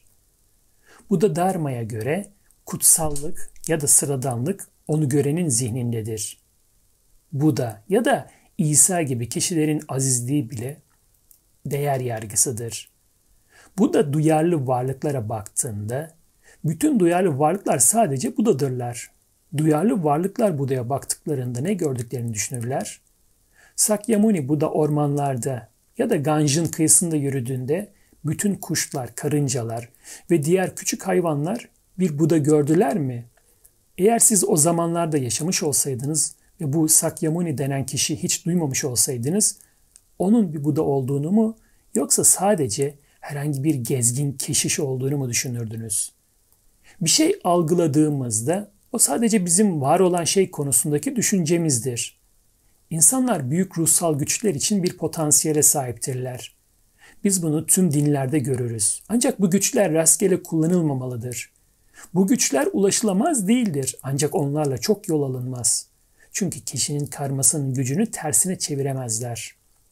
Bu da Dharma'ya göre kutsallık ya da sıradanlık onu görenin zihnindedir. Buda ya da İsa gibi kişilerin azizliği bile değer yargısıdır. Buda duyarlı varlıklara baktığında bütün duyarlı varlıklar sadece Buda'dırlar. Duyarlı varlıklar Buda'ya baktıklarında ne gördüklerini düşünürler? Sakyamuni Buda ormanlarda ya da Ganj'ın kıyısında yürüdüğünde bütün kuşlar, karıncalar ve diğer küçük hayvanlar bir Buda gördüler mi? Eğer siz o zamanlarda yaşamış olsaydınız ve bu Sakyamuni denen kişi hiç duymamış olsaydınız, onun bir Buda olduğunu mu yoksa sadece herhangi bir gezgin keşiş olduğunu mu düşünürdünüz? Bir şey algıladığımızda o sadece bizim var olan şey konusundaki düşüncemizdir. İnsanlar büyük ruhsal güçler için bir potansiyele sahiptirler. Biz bunu tüm dinlerde görürüz. Ancak bu güçler rastgele kullanılmamalıdır. Bu güçler ulaşılamaz değildir, ancak onlarla çok yol alınmaz. Çünkü kişinin karmasının gücünü tersine çeviremezler.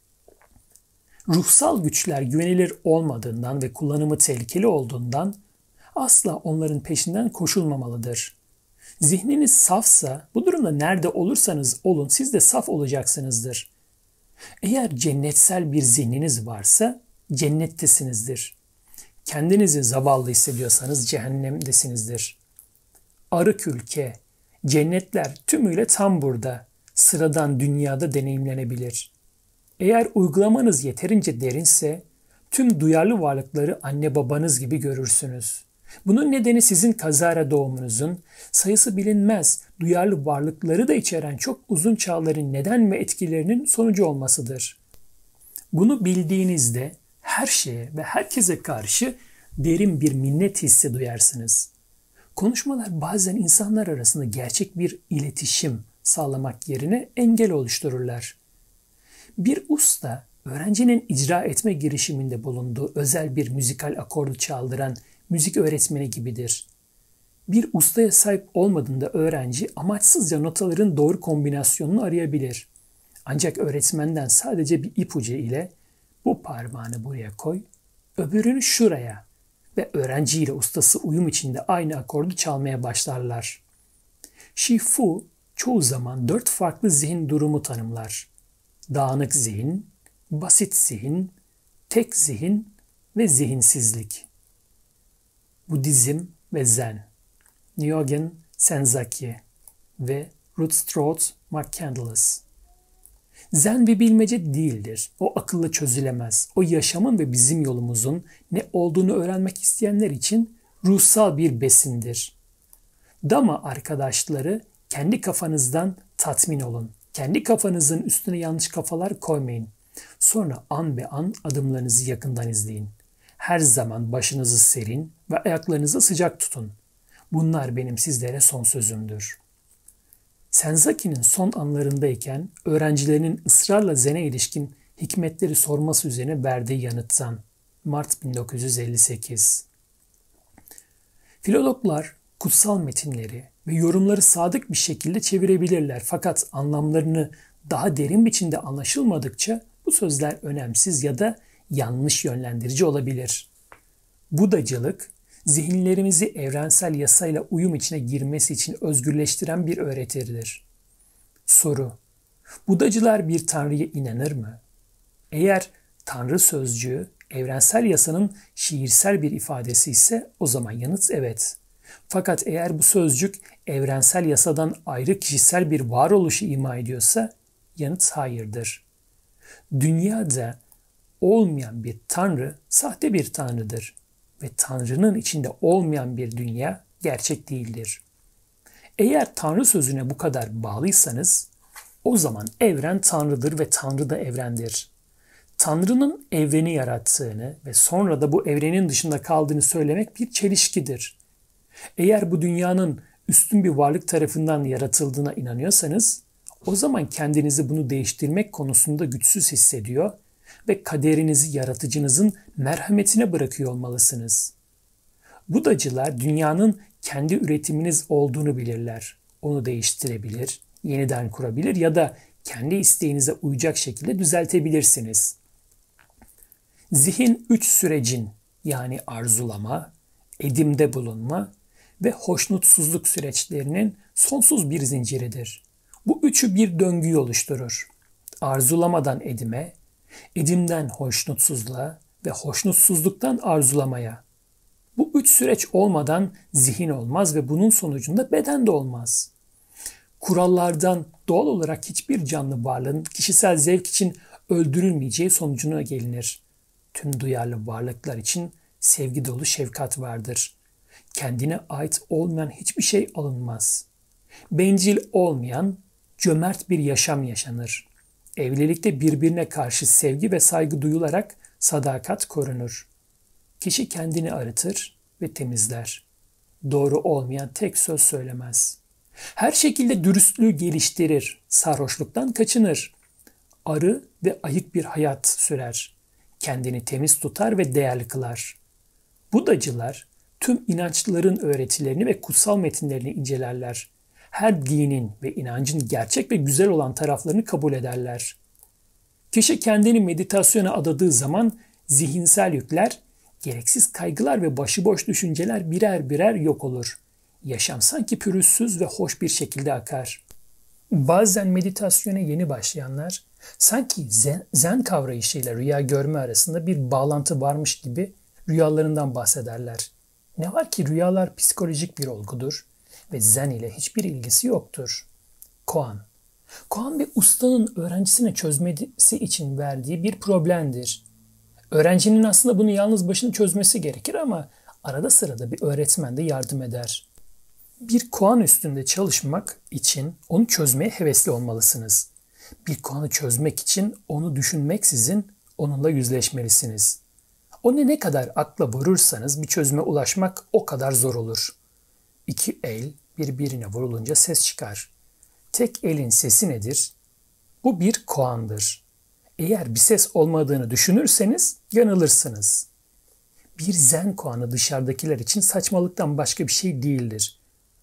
Ruhsal güçler güvenilir olmadığından ve kullanımı tehlikeli olduğundan asla onların peşinden koşulmamalıdır. Zihniniz safsa bu durumda nerede olursanız olun siz de saf olacaksınızdır. Eğer cennetsel bir zihniniz varsa cennettesinizdir. Kendinizi zavallı hissediyorsanız cehennemdesinizdir. Arık ülke, cennetler tümüyle tam burada, sıradan dünyada deneyimlenebilir. Eğer uygulamanız yeterince derinse tüm duyarlı varlıkları anne babanız gibi görürsünüz. Bunun nedeni sizin kazara doğumunuzun sayısı bilinmez duyarlı varlıkları da içeren çok uzun çağların neden ve etkilerinin sonucu olmasıdır. Bunu bildiğinizde her şeye ve herkese karşı derin bir minnet hissi duyarsınız. Konuşmalar bazen insanlar arasında gerçek bir iletişim sağlamak yerine engel oluştururlar. Bir usta, öğrencinin icra etme girişiminde bulunduğu özel bir müzikal akordu çaldıran müzik öğretmeni gibidir. Bir ustaya sahip olmadığında öğrenci amaçsızca notaların doğru kombinasyonunu arayabilir. Ancak öğretmenden sadece bir ipucu ile bu parmağını buraya koy, öbürünü şuraya ve öğrenciyle ustası uyum içinde aynı akordu çalmaya başlarlar. Shifu çoğu zaman 4 farklı zihin durumu tanımlar. Dağınık zihin, basit zihin, tek zihin ve zihinsizlik. Budizm ve Zen. Nyogen Senzaki ve Rootstrode McCandless. Zen bir bilmece değildir. O akılla çözülemez. O yaşamın ve bizim yolumuzun ne olduğunu öğrenmek isteyenler için ruhsal bir besindir. Dama arkadaşları, kendi kafanızdan tatmin olun. Kendi kafanızın üstüne yanlış kafalar koymayın. Sonra an be an adımlarınızı yakından izleyin. Her zaman başınızı serin ve ayaklarınızı sıcak tutun. Bunlar benim sizlere son sözümdür. Senzaki'nin son anlarındayken öğrencilerinin ısrarla Zen'e ilişkin hikmetleri sorması üzerine verdiği yanıttan. Mart 1958. Filologlar kutsal metinleri ve yorumları sadık bir şekilde çevirebilirler. Fakat anlamlarını daha derin biçimde anlaşılmadıkça bu sözler önemsiz ya da yanlış yönlendirici olabilir. Budacılık, zihinlerimizi evrensel yasayla uyum içine girmesi için özgürleştiren bir öğretidir. Soru: Budacılar bir tanrıya inanır mı? Eğer tanrı sözcüğü evrensel yasanın şiirsel bir ifadesi ise o zaman yanıt evet. Fakat eğer bu sözcük evrensel yasadan ayrı kişisel bir varoluşu ima ediyorsa yanıt hayırdır. Dünyada olmayan bir tanrı sahte bir tanrıdır ve tanrının içinde olmayan bir dünya gerçek değildir. Eğer tanrı sözüne bu kadar bağlıysanız o zaman evren tanrıdır ve tanrı da evrendir. Tanrı'nın evreni yarattığını ve sonra da bu evrenin dışında kaldığını söylemek bir çelişkidir. Eğer bu dünyanın üstün bir varlık tarafından yaratıldığına inanıyorsanız, o zaman kendinizi bunu değiştirmek konusunda güçsüz hissediyor ve kaderinizi yaratıcınızın merhametine bırakıyor olmalısınız. Budacılar dünyanın kendi üretiminiz olduğunu bilirler. Onu değiştirebilir, yeniden kurabilir ya da kendi isteğinize uyacak şekilde düzeltebilirsiniz. Zihin 3 sürecin yani arzulama, edimde bulunma ve hoşnutsuzluk süreçlerinin sonsuz bir zinciridir. Bu üçü bir döngüyü oluşturur. Arzulamadan edime, edimden hoşnutsuzluğa ve hoşnutsuzluktan arzulamaya. Bu üç süreç olmadan zihin olmaz ve bunun sonucunda beden de olmaz. Kurallardan doğal olarak hiçbir canlı varlığın kişisel zevk için öldürülmeyeceği sonucuna gelinir. Tüm duyarlı varlıklar için sevgi dolu şefkat vardır. Kendine ait olmayan hiçbir şey alınmaz. Bencil olmayan, cömert bir yaşam yaşanır. Evlilikte birbirine karşı sevgi ve saygı duyularak sadakat korunur. Kişi kendini arıtır ve temizler. Doğru olmayan tek söz söylemez. Her şekilde dürüstlüğü geliştirir, sarhoşluktan kaçınır. Arı ve ayık bir hayat sürer. Kendini temiz tutar ve değerli kılar. Budacılar tüm inançların öğretilerini ve kutsal metinlerini incelerler. Her dinin ve inancın gerçek ve güzel olan taraflarını kabul ederler. Kişi kendini meditasyona adadığı zaman zihinsel yükler, gereksiz kaygılar ve başıboş düşünceler birer birer yok olur. Yaşam sanki pürüzsüz ve hoş bir şekilde akar. Bazen meditasyona yeni başlayanlar sanki zen kavrayışıyla rüya görme arasında bir bağlantı varmış gibi rüyalarından bahsederler. Ne var ki rüyalar psikolojik bir olgudur ve zen ile hiçbir ilgisi yoktur. Koan bir ustanın öğrencisine çözmesi için verdiği bir problemdir. Öğrencinin aslında bunu yalnız başına çözmesi gerekir ama arada sırada bir öğretmen de yardım eder. Bir koan üstünde çalışmak için onu çözmeye hevesli olmalısınız. Bir koanı çözmek için onu düşünmeksizin onunla yüzleşmelisiniz. Onu ne kadar akla vurursanız bir çözüme ulaşmak o kadar zor olur. İki el birbirine vurulunca ses çıkar. Tek elin sesi nedir? Bu bir koandır. Eğer bir ses olmadığını düşünürseniz yanılırsınız. Bir zen koanı dışarıdakiler için saçmalıktan başka bir şey değildir.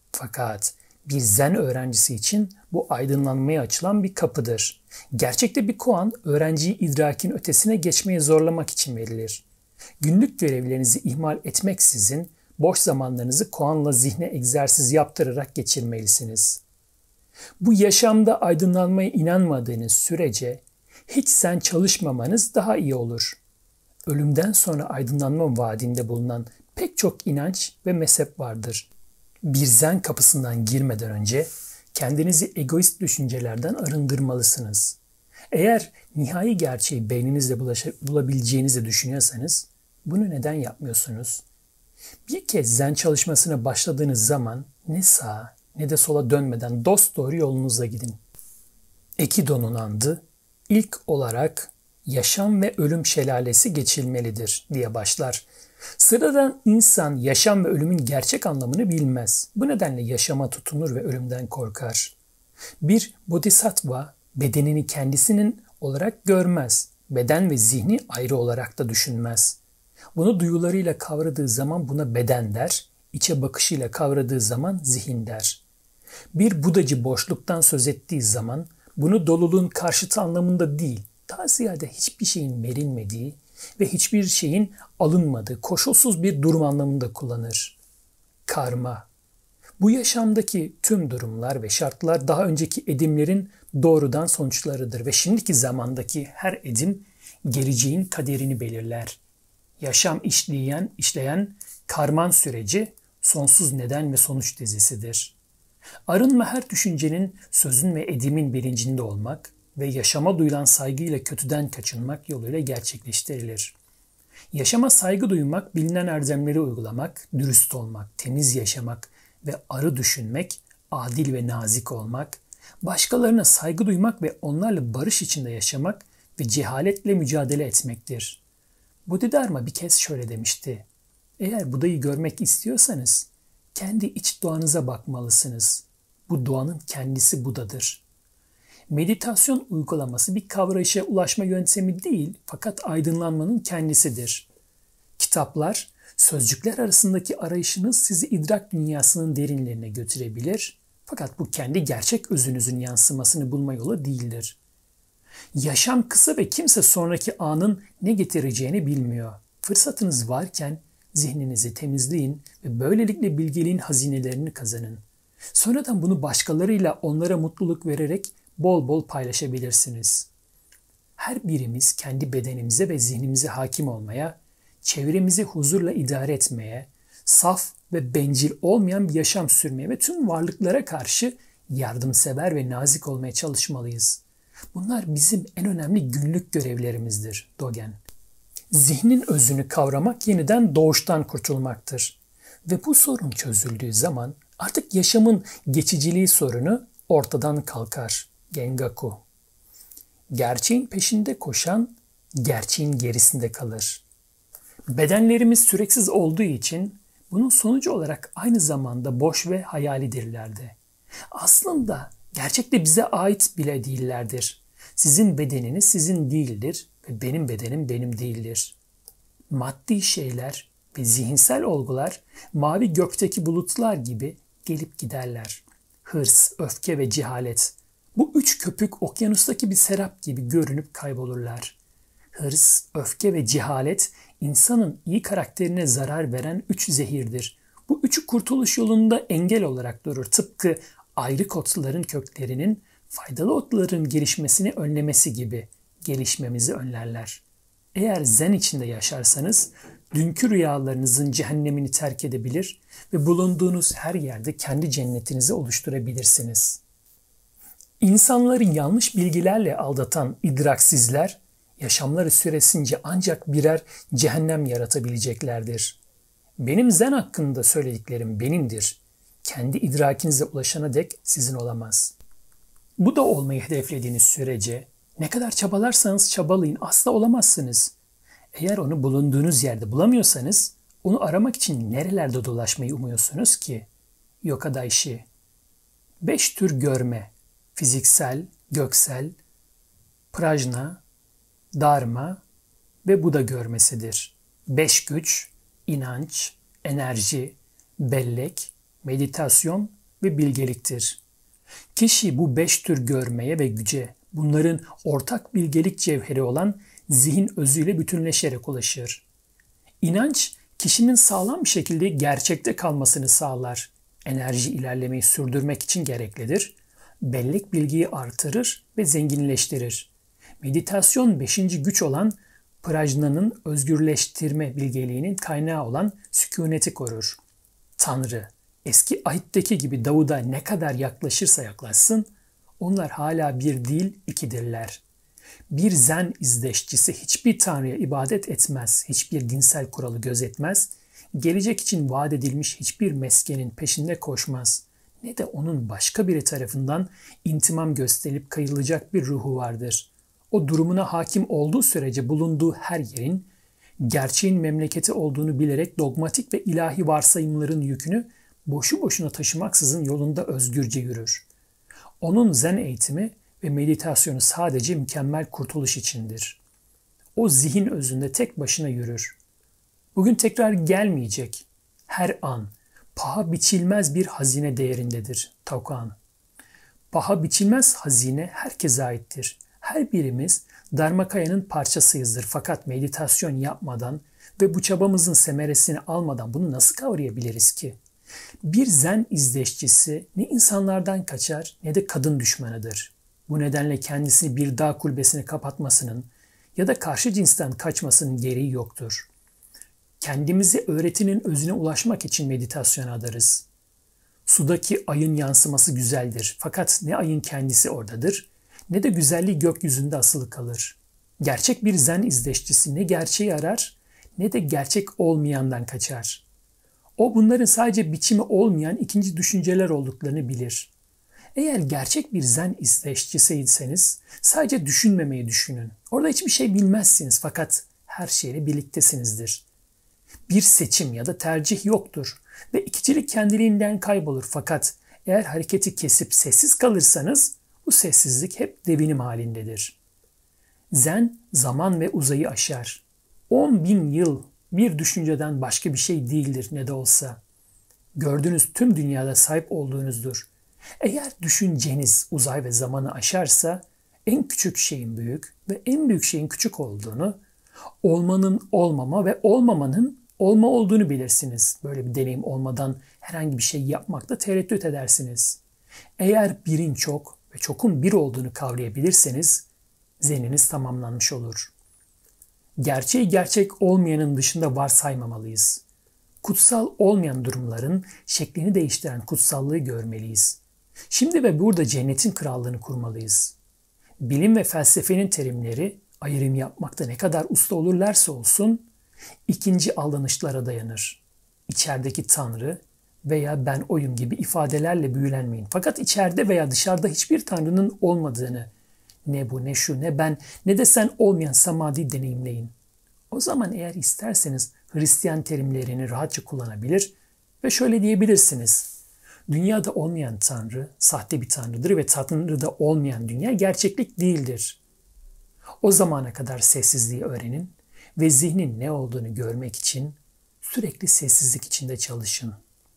Fakat bir zen öğrencisi için bu aydınlanmaya açılan bir kapıdır. Gerçekte bir koan öğrenciyi idrakin ötesine geçmeye zorlamak için verilir. Günlük görevlerinizi ihmal etmeksizin boş zamanlarınızı koanla zihne egzersiz yaptırarak geçirmelisiniz. Bu yaşamda aydınlanmaya inanmadığınız sürece hiç zen çalışmamanız daha iyi olur. Ölümden sonra aydınlanma vaadinde bulunan pek çok inanç ve mezhep vardır. Bir zen kapısından girmeden önce kendinizi egoist düşüncelerden arındırmalısınız. Eğer nihai gerçeği beyninizle bulabileceğinizi düşünüyorsanız bunu neden yapmıyorsunuz? Bir kez zen çalışmasına başladığınız zaman ne sağa ne de sola dönmeden dosdoğru yolunuza gidin. Ekido'nun andı ilk olarak yaşam ve ölüm şelalesi geçilmelidir diye başlar. Sıradan insan yaşam ve ölümün gerçek anlamını bilmez. Bu nedenle yaşama tutunur ve ölümden korkar. Bir bodhisattva bedenini kendisinin olarak görmez. Beden ve zihni ayrı olarak da düşünmez. Bunu duyularıyla kavradığı zaman buna beden der, içe bakışıyla kavradığı zaman zihin der. Bir Budacı boşluktan söz ettiği zaman bunu doluluğun karşıtı anlamında değil, daha ziyade hiçbir şeyin verilmediği ve hiçbir şeyin alınmadığı koşulsuz bir durum anlamında kullanır. Karma. Bu yaşamdaki tüm durumlar ve şartlar daha önceki edimlerin doğrudan sonuçlarıdır ve şimdiki zamandaki her edim geleceğin kaderini belirler. Yaşam işleyen karman süreci sonsuz neden ve sonuç dizisidir. Arınma her düşüncenin, sözün ve edimin bilincinde olmak ve yaşama duyulan saygıyla kötüden kaçınmak yoluyla gerçekleştirilir. Yaşama saygı duymak, bilinen erdemleri uygulamak, dürüst olmak, temiz yaşamak ve arı düşünmek, adil ve nazik olmak, başkalarına saygı duymak ve onlarla barış içinde yaşamak ve cehaletle mücadele etmektir. Bodhidharma bir kez şöyle demişti: eğer Buda'yı görmek istiyorsanız kendi iç doğanıza bakmalısınız. Bu doğanın kendisi Buda'dır. Meditasyon uygulaması bir kavrayışa ulaşma yöntemi değil, fakat aydınlanmanın kendisidir. Kitaplar, sözcükler arasındaki arayışınız sizi idrak dünyasının derinlerine götürebilir, fakat bu kendi gerçek özünüzün yansımasını bulma yolu değildir. Yaşam kısa ve kimse sonraki anın ne getireceğini bilmiyor. Fırsatınız varken zihninizi temizleyin ve böylelikle bilgeliğin hazinelerini kazanın. Sonradan bunu başkalarıyla onlara mutluluk vererek bol bol paylaşabilirsiniz. Her birimiz kendi bedenimize ve zihnimize hakim olmaya, çevremizi huzurla idare etmeye, saf ve bencil olmayan bir yaşam sürmeye ve tüm varlıklara karşı yardımsever ve nazik olmaya çalışmalıyız. Bunlar bizim en önemli günlük görevlerimizdir, Dogen. Zihnin özünü kavramak yeniden doğuştan kurtulmaktır. Ve bu sorun çözüldüğü zaman artık yaşamın geçiciliği sorunu ortadan kalkar. Gengaku. Gerçeğin peşinde koşan, gerçeğin gerisinde kalır. Bedenlerimiz süreksiz olduğu için bunun sonucu olarak aynı zamanda boş ve hayalidirlerdi. Aslında gerçekte bize ait bile değillerdir. Sizin bedeniniz sizin değildir ve benim bedenim benim değildir. Maddi şeyler ve zihinsel olgular mavi gökteki bulutlar gibi gelip giderler. Hırs, öfke ve cehalet. Bu üç köpük okyanustaki bir serap gibi görünüp kaybolurlar. Hırs, öfke ve cehalet insanın iyi karakterine zarar veren üç zehirdir. Bu üçü kurtuluş yolunda engel olarak durur. Tıpkı ayrık otların köklerinin faydalı otların gelişmesini önlemesi gibi gelişmemizi önlerler. Eğer zen içinde yaşarsanız dünkü rüyalarınızın cehennemini terk edebilir ve bulunduğunuz her yerde kendi cennetinizi oluşturabilirsiniz. İnsanları yanlış bilgilerle aldatan idraksizler yaşamları süresince ancak birer cehennem yaratabileceklerdir. Benim zen hakkında söylediklerim benimdir. Kendi idrakinize ulaşana dek sizin olamaz. Bu da olmayı hedeflediğiniz sürece ne kadar çabalarsanız çabalayın asla olamazsınız. Eğer onu bulunduğunuz yerde bulamıyorsanız onu aramak için nerelerde dolaşmayı umuyorsunuz ki? Yokadaishi. 5 tür görme: fiziksel, göksel, prajna, Dharma ve Buda görmesidir. 5 güç, inanç, enerji, bellek, meditasyon ve bilgeliktir. Kişi bu 5 tür görmeye ve güce, bunların ortak bilgelik cevheri olan zihin özüyle bütünleşerek ulaşır. İnanç, kişinin sağlam bir şekilde gerçekte kalmasını sağlar. Enerji ilerlemeyi sürdürmek için gereklidir. Bellek bilgiyi artırır ve zenginleştirir. Meditasyon 5. güç olan prajnanın özgürleştirme bilgeliğinin kaynağı olan sükuneti korur. Tanrı, eski ahitteki gibi Davud'a ne kadar yaklaşırsa yaklaşsın, onlar hala bir değil ikidirler. Bir zen izdeşçisi hiçbir tanrıya ibadet etmez, hiçbir dinsel kuralı gözetmez, gelecek için vaat edilmiş hiçbir meskenin peşinde koşmaz. Ne de onun başka biri tarafından intimam gösterilip kayılacak bir ruhu vardır. O durumuna hakim olduğu sürece bulunduğu her yerin gerçeğin memleketi olduğunu bilerek dogmatik ve ilahi varsayımların yükünü boşu boşuna taşımaksızın yolunda özgürce yürür. Onun zen eğitimi ve meditasyonu sadece mükemmel kurtuluş içindir. O zihin özünde tek başına yürür. Bugün tekrar gelmeyecek. Her an paha biçilmez bir hazine değerindedir. Taukan. Paha biçilmez hazine herkese aittir. Her birimiz Dharmakaya'nın parçasıyızdır. Fakat meditasyon yapmadan ve bu çabamızın semeresini almadan bunu nasıl kavrayabiliriz ki? Bir zen izdeşçisi ne insanlardan kaçar ne de kadın düşmanıdır. Bu nedenle kendisini bir dağ kulübesine kapatmasının ya da karşı cinsten kaçmasının gereği yoktur. Kendimizi öğretinin özüne ulaşmak için meditasyona adarız. Sudaki ayın yansıması güzeldir. Fakat ne ayın kendisi oradadır ne de güzelliği gökyüzünde asılı kalır. Gerçek bir zen izdeşçisi ne gerçeği arar ne de gerçek olmayandan kaçar. O bunların sadece biçimi olmayan ikinci düşünceler olduklarını bilir. Eğer gerçek bir zen izdeşçisiyseniz sadece düşünmemeyi düşünün. Orada hiçbir şey bilmezsiniz fakat her şeyle birliktesinizdir. Bir seçim ya da tercih yoktur ve ikicilik kendiliğinden kaybolur fakat eğer hareketi kesip sessiz kalırsanız bu sessizlik hep devinim halindedir. Zen zaman ve uzayı aşar. 10.000 yıl bir düşünceden başka bir şey değildir ne de olsa. Gördüğünüz tüm dünyada sahip olduğunuzdur. Eğer düşünceniz uzay ve zamanı aşarsa en küçük şeyin büyük ve en büyük şeyin küçük olduğunu, olmanın olmama ve olmamanın olma olduğunu bilirsiniz. Böyle bir deneyim olmadan herhangi bir şey yapmakta tereddüt edersiniz. Eğer birin çok ve çokun bir olduğunu kavrayabilirseniz zeniniz tamamlanmış olur. Gerçeği gerçek olmayanın dışında varsaymamalıyız. Kutsal olmayan durumların şeklini değiştiren kutsallığı görmeliyiz. Şimdi ve burada cennetin krallığını kurmalıyız. Bilim ve felsefenin terimleri ayrım yapmakta ne kadar usta olurlarsa olsun ikinci aldanışlara dayanır. İçerideki Tanrı veya ben oyum gibi ifadelerle büyülenmeyin. Fakat içeride veya dışarıda hiçbir Tanrı'nın olmadığını, ne bu ne şu ne ben ne de sen olmayan samadi deneyimleyin. O zaman eğer isterseniz Hristiyan terimlerini rahatça kullanabilir ve şöyle diyebilirsiniz. Dünyada olmayan Tanrı sahte bir Tanrı'dır ve Tanrı'da olmayan dünya gerçeklik değildir. O zamana kadar sessizliği öğrenin ve zihnin ne olduğunu görmek için sürekli sessizlik içinde çalışın.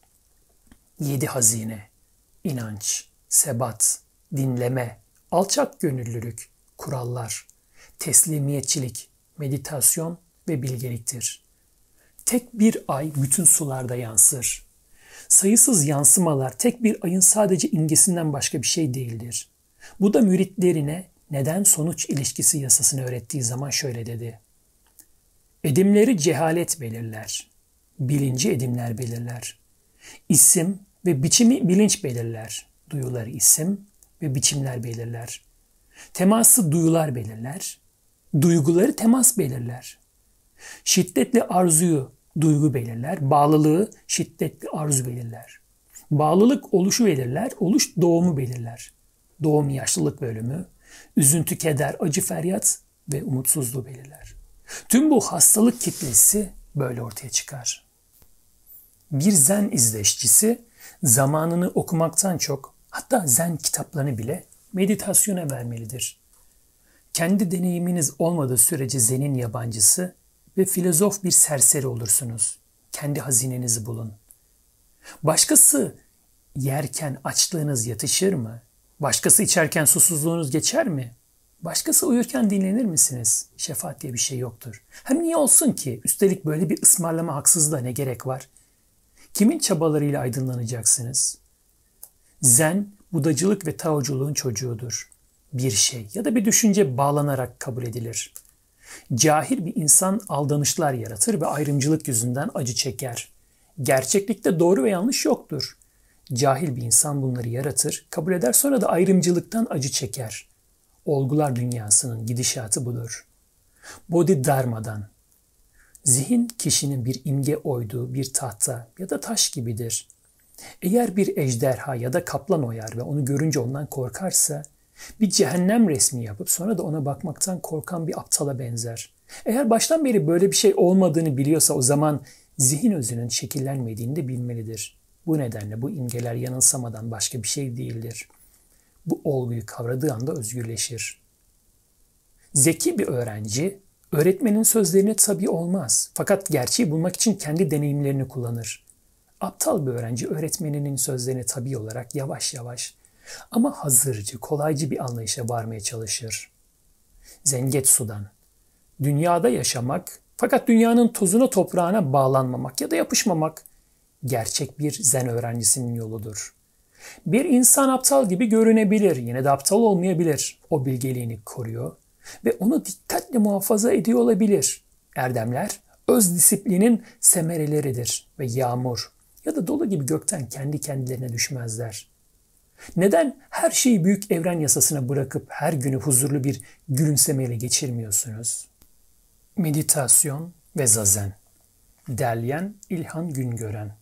7 hazine, inanç, sebat, dinleme, alçak gönüllülük, kurallar, teslimiyetçilik, meditasyon ve bilgeliktir. Tek bir ay bütün sularda yansır. Sayısız yansımalar tek bir ayın sadece imgesinden başka bir şey değildir. Bu da müritlerine neden-sonuç ilişkisi yasasını öğrettiği zaman şöyle dedi. Edimleri cehalet belirler. Bilinci edimler belirler. İsim ve biçimi bilinç belirler. Duyuları isim ve biçimler belirler. Teması duyular belirler. Duyguları temas belirler. Şiddetli arzuyu duygu belirler. Bağlılığı şiddetli arzu belirler. Bağlılık oluşu belirler. Oluş doğumu belirler. Doğum yaşlılık ve ölümü. Üzüntü, keder, acı, feryat ve umutsuzluğu belirler. Tüm bu hastalık kitlesi böyle ortaya çıkar. Bir zen izleşçisi zamanını okumaktan çok, hatta zen kitaplarını bile meditasyona vermelidir. Kendi deneyiminiz olmadığı sürece zenin yabancısı ve filozof bir serseri olursunuz. Kendi hazinenizi bulun. Başkası yerken açlığınız yatışır mı? Başkası içerken susuzluğunuz geçer mi? Başkası uyurken dinlenir misiniz? Şefaat diye bir şey yoktur. Hem niye olsun ki? Üstelik böyle bir ısmarlama haksızlığa ne gerek var? Kimin çabalarıyla aydınlanacaksınız? Zen, Budacılık ve Taoculuğun çocuğudur. Bir şey ya da bir düşünce bağlanarak kabul edilir. Cahil bir insan aldanışlar yaratır ve ayrımcılık yüzünden acı çeker. Gerçeklikte doğru ve yanlış yoktur. Cahil bir insan bunları yaratır, kabul eder, sonra da ayrımcılıktan acı çeker. Olgular dünyasının gidişatı budur. Bodhidharma'dan. Zihin kişinin bir imge oyduğu bir tahta ya da taş gibidir. Eğer bir ejderha ya da kaplan oyar ve onu görünce ondan korkarsa, bir cehennem resmi yapıp sonra da ona bakmaktan korkan bir aptala benzer. Eğer baştan beri böyle bir şey olmadığını biliyorsa o zaman zihin özünün şekillenmediğini de bilmelidir. Bu nedenle bu imgeler yanılsamadan başka bir şey değildir. Bu olguyu kavradığı anda özgürleşir. Zeki bir öğrenci, öğretmenin sözlerine tabi olmaz. Fakat gerçeği bulmak için kendi deneyimlerini kullanır. Aptal bir öğrenci öğretmeninin sözlerine tabi olarak yavaş yavaş ama hazırcı, kolaycı bir anlayışa varmaya çalışır. Zengetsu'dan. Dünyada yaşamak, fakat dünyanın tozuna toprağına bağlanmamak ya da yapışmamak gerçek bir zen öğrencisinin yoludur. Bir insan aptal gibi görünebilir, yine de aptal olmayabilir. O bilgeliğini koruyor ve onu dikkatle muhafaza ediyor olabilir. Erdemler, öz disiplinin semereleridir ve yağmur ya da dolu gibi gökten kendi kendilerine düşmezler. Neden her şeyi büyük evren yasasına bırakıp her günü huzurlu bir gülümsemeyle geçirmiyorsunuz? Meditasyon ve zazen. Derleyen İlhan Güngören.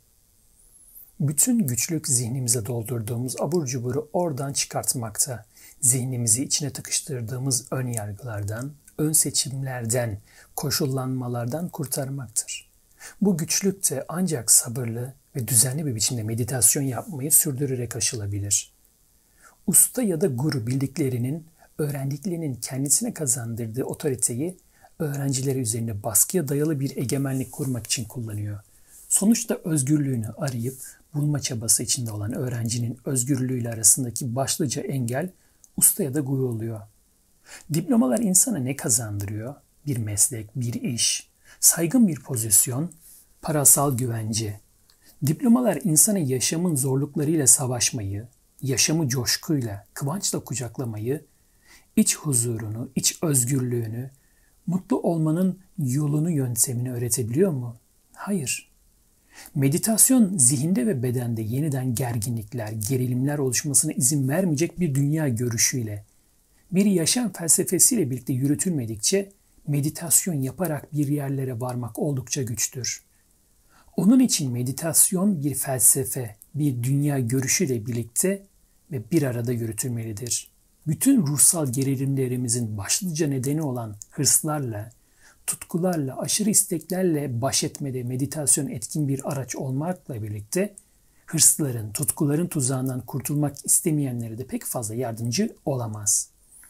Bütün güçlük zihnimize doldurduğumuz abur cuburu oradan çıkartmakta. Zihnimizi içine tıkıştırdığımız ön yargılardan, ön seçimlerden, koşullanmalardan kurtarmaktır. Bu güçlük de ancak sabırlı ve düzenli bir biçimde meditasyon yapmayı sürdürerek aşılabilir. Usta ya da guru bildiklerinin, öğrendiklerinin kendisine kazandırdığı otoriteyi öğrencileri üzerine baskıya dayalı bir egemenlik kurmak için kullanıyor. Sonuçta özgürlüğünü arayıp bulma çabası içinde olan öğrencinin özgürlüğüyle arasındaki başlıca engel usta ya da guru oluyor. Diplomalar insana ne kazandırıyor? Bir meslek, bir iş, saygın bir pozisyon, parasal güvence. Diplomalar insana yaşamın zorluklarıyla savaşmayı, yaşamı coşkuyla, kıvançla kucaklamayı, iç huzurunu, iç özgürlüğünü, mutlu olmanın yolunu, yöntemini öğretebiliyor mu? Hayır. Meditasyon zihinde ve bedende yeniden gerginlikler, gerilimler oluşmasına izin vermeyecek bir dünya görüşüyle, bir yaşam felsefesiyle birlikte yürütülmedikçe meditasyon yaparak bir yerlere varmak oldukça güçtür. Onun için meditasyon bir felsefe, bir dünya görüşüyle birlikte ve bir arada yürütülmelidir. Bütün ruhsal gerilimlerimizin başlıca nedeni olan hırslarla, tutkularla, aşırı isteklerle baş etmede meditasyon etkin bir araç olmakla birlikte hırsların, tutkuların tuzağından kurtulmak istemeyenlere de pek fazla yardımcı olamaz.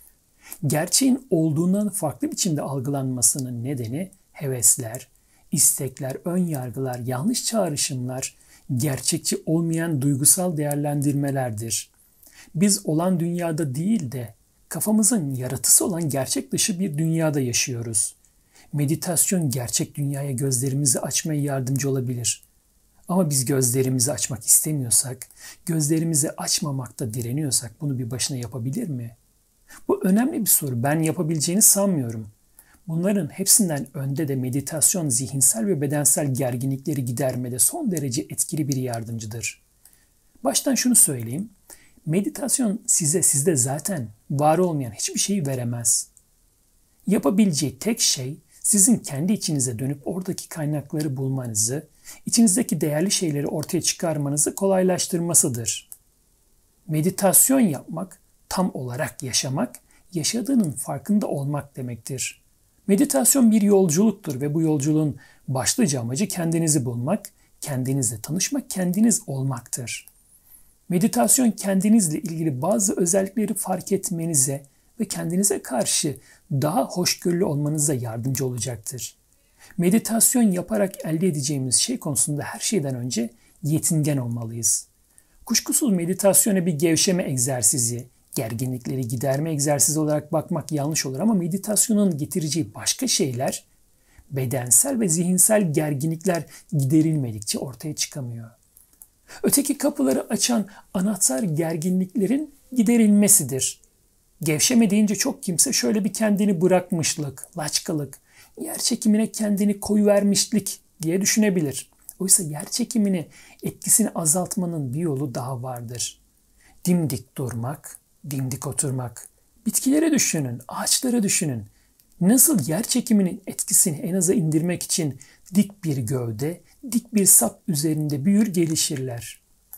Gerçeğin olduğundan farklı biçimde algılanmasının nedeni hevesler, istekler, ön yargılar, yanlış çağrışımlar, gerçekçi olmayan duygusal değerlendirmelerdir. Biz olan dünyada değil de kafamızın yaratısı olan gerçek dışı bir dünyada yaşıyoruz. Meditasyon gerçek dünyaya gözlerimizi açmaya yardımcı olabilir. Ama biz gözlerimizi açmak istemiyorsak, gözlerimizi açmamakta direniyorsak bunu bir başına yapabilir mi? Bu önemli bir soru. Ben yapabileceğini sanmıyorum. Bunların hepsinden önde de meditasyon zihinsel ve bedensel gerginlikleri gidermede son derece etkili bir yardımcıdır. Baştan şunu söyleyeyim. Meditasyon sizde zaten var olmayan hiçbir şeyi veremez. Yapabileceği tek şey sizin kendi içinize dönüp oradaki kaynakları bulmanızı, içinizdeki değerli şeyleri ortaya çıkarmanızı kolaylaştırmasıdır. Meditasyon yapmak, tam olarak yaşamak, yaşadığının farkında olmak demektir. Meditasyon bir yolculuktur ve bu yolculuğun başlıca amacı kendinizi bulmak, kendinizle tanışmak, kendiniz olmaktır. Meditasyon kendinizle ilgili bazı özellikleri fark etmenize ve kendinize karşı daha hoşgörülü olmanıza yardımcı olacaktır. Meditasyon yaparak elde edeceğimiz şey konusunda her şeyden önce yetingen olmalıyız. Kuşkusuz meditasyona bir gevşeme egzersizi, gerginlikleri giderme egzersizi olarak bakmak yanlış olur ama meditasyonun getireceği başka şeyler bedensel ve zihinsel gerginlikler giderilmedikçe ortaya çıkamıyor. Öteki kapıları açan anahtar gerginliklerin giderilmesidir. Gevşeme deyince çok kimse şöyle bir kendini bırakmışlık, laçkalık, yer çekimine kendini koyuvermişlik diye düşünebilir. Oysa yer çekimini, etkisini azaltmanın bir yolu daha vardır. Dimdik durmak, dimdik oturmak. Bitkileri düşünün, ağaçları düşünün. Nasıl yer çekiminin etkisini en aza indirmek için dik bir gövde, dik bir sap üzerinde büyür gelişirler.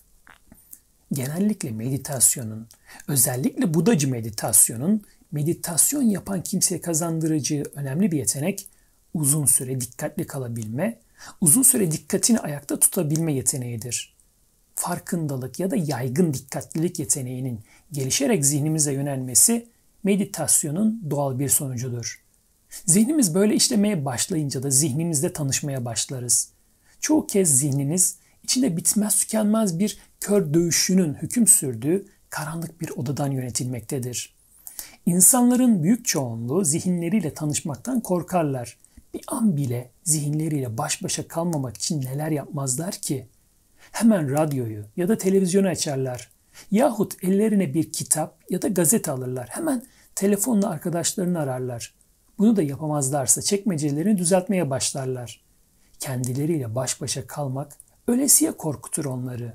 Genellikle meditasyonun, özellikle Budacı meditasyonun, meditasyon yapan kimseye kazandıracağı önemli bir yetenek, uzun süre dikkatli kalabilme, uzun süre dikkatini ayakta tutabilme yeteneğidir. Farkındalık ya da yaygın dikkatlilik yeteneğinin gelişerek zihnimize yönelmesi meditasyonun doğal bir sonucudur. Zihnimiz böyle işlemeye başlayınca da zihnimizle tanışmaya başlarız. Çoğu kez zihniniz içinde bitmez tükenmez bir kör dövüşünün hüküm sürdüğü karanlık bir odadan yönetilmektedir. İnsanların büyük çoğunluğu zihinleriyle tanışmaktan korkarlar. Bir an bile zihinleriyle baş başa kalmamak için neler yapmazlar ki? Hemen radyoyu ya da televizyonu açarlar. Yahut ellerine bir kitap ya da gazete alırlar. Hemen telefonla arkadaşlarını ararlar. Bunu da yapamazlarsa çekmecelerini düzeltmeye başlarlar. Kendileriyle baş başa kalmak ölesiye korkutur onları.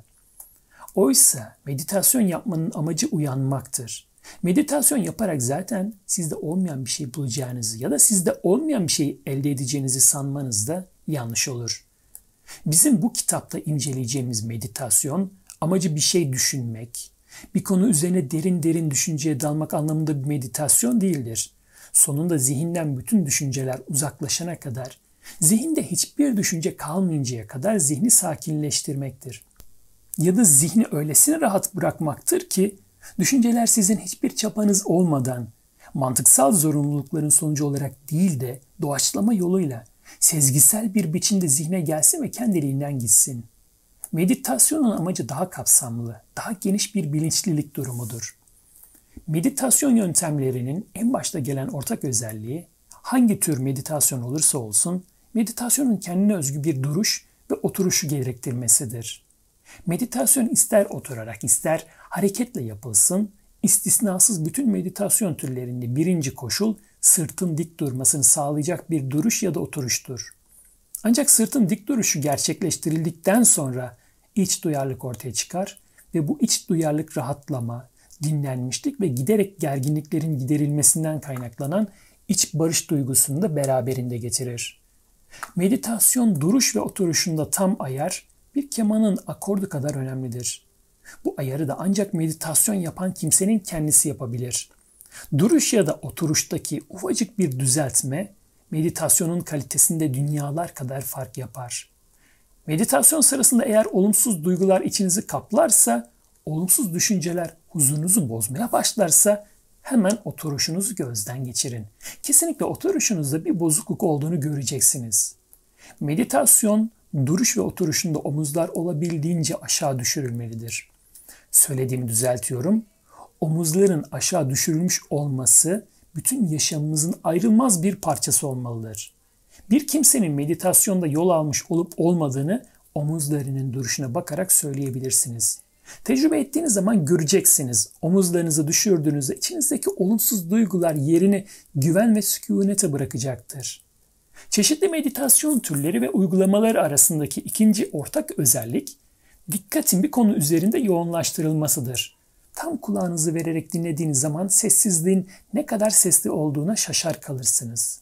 Oysa meditasyon yapmanın amacı uyanmaktır. Meditasyon yaparak zaten sizde olmayan bir şey bulacağınızı ya da sizde olmayan bir şey elde edeceğinizi sanmanız da yanlış olur. Bizim bu kitapta inceleyeceğimiz meditasyon amacı bir şey düşünmek, bir konu üzerine derin derin düşünceye dalmak anlamında bir meditasyon değildir. Sonunda zihinden bütün düşünceler uzaklaşana kadar, zihinde hiçbir düşünce kalmayıncaya kadar zihni sakinleştirmektir. Ya da zihni öylesine rahat bırakmaktır ki, düşünceler sizin hiçbir çabanız olmadan, mantıksal zorunlulukların sonucu olarak değil de doğaçlama yoluyla, sezgisel bir biçimde zihne gelsin ve kendiliğinden gitsin. Meditasyonun amacı daha kapsamlı, daha geniş bir bilinçlilik durumudur. Meditasyon yöntemlerinin en başta gelen ortak özelliği, hangi tür meditasyon olursa olsun, meditasyonun kendine özgü bir duruş ve oturuşu gerektirmesidir. Meditasyon ister oturarak ister hareketle yapılsın, istisnasız bütün meditasyon türlerinde birinci koşul sırtın dik durmasını sağlayacak bir duruş ya da oturuştur. Ancak sırtın dik duruşu gerçekleştirildikten sonra iç duyarlılık ortaya çıkar ve bu iç duyarlılık rahatlama, dinlenmişlik ve giderek gerginliklerin giderilmesinden kaynaklanan iç barış duygusunu da beraberinde getirir. Meditasyon duruş ve oturuşunda tam ayar bir kemanın akordu kadar önemlidir. Bu ayarı da ancak meditasyon yapan kimsenin kendisi yapabilir. Duruş ya da oturuştaki ufacık bir düzeltme meditasyonun kalitesinde dünyalar kadar fark yapar. Meditasyon sırasında eğer olumsuz duygular içinizi kaplarsa, olumsuz düşünceler huzurunuzu bozmaya başlarsa hemen oturuşunuzu gözden geçirin. Kesinlikle oturuşunuzda bir bozukluk olduğunu göreceksiniz. Meditasyon, duruş ve oturuşunda omuzlar olabildiğince aşağı düşürülmelidir. Söylediğimi düzeltiyorum. Omuzların aşağı düşürülmüş olması bütün yaşamımızın ayrılmaz bir parçası olmalıdır. Bir kimsenin meditasyonda yol almış olup olmadığını omuzlarının duruşuna bakarak söyleyebilirsiniz. Tecrübe ettiğiniz zaman göreceksiniz. Omuzlarınızı düşürdüğünüzde içinizdeki olumsuz duygular yerini güven ve sükunete bırakacaktır. Çeşitli meditasyon türleri ve uygulamaları arasındaki ikinci ortak özellik, dikkatin bir konu üzerinde yoğunlaştırılmasıdır. Tam kulağınızı vererek dinlediğiniz zaman sessizliğin ne kadar sesli olduğuna şaşar kalırsınız.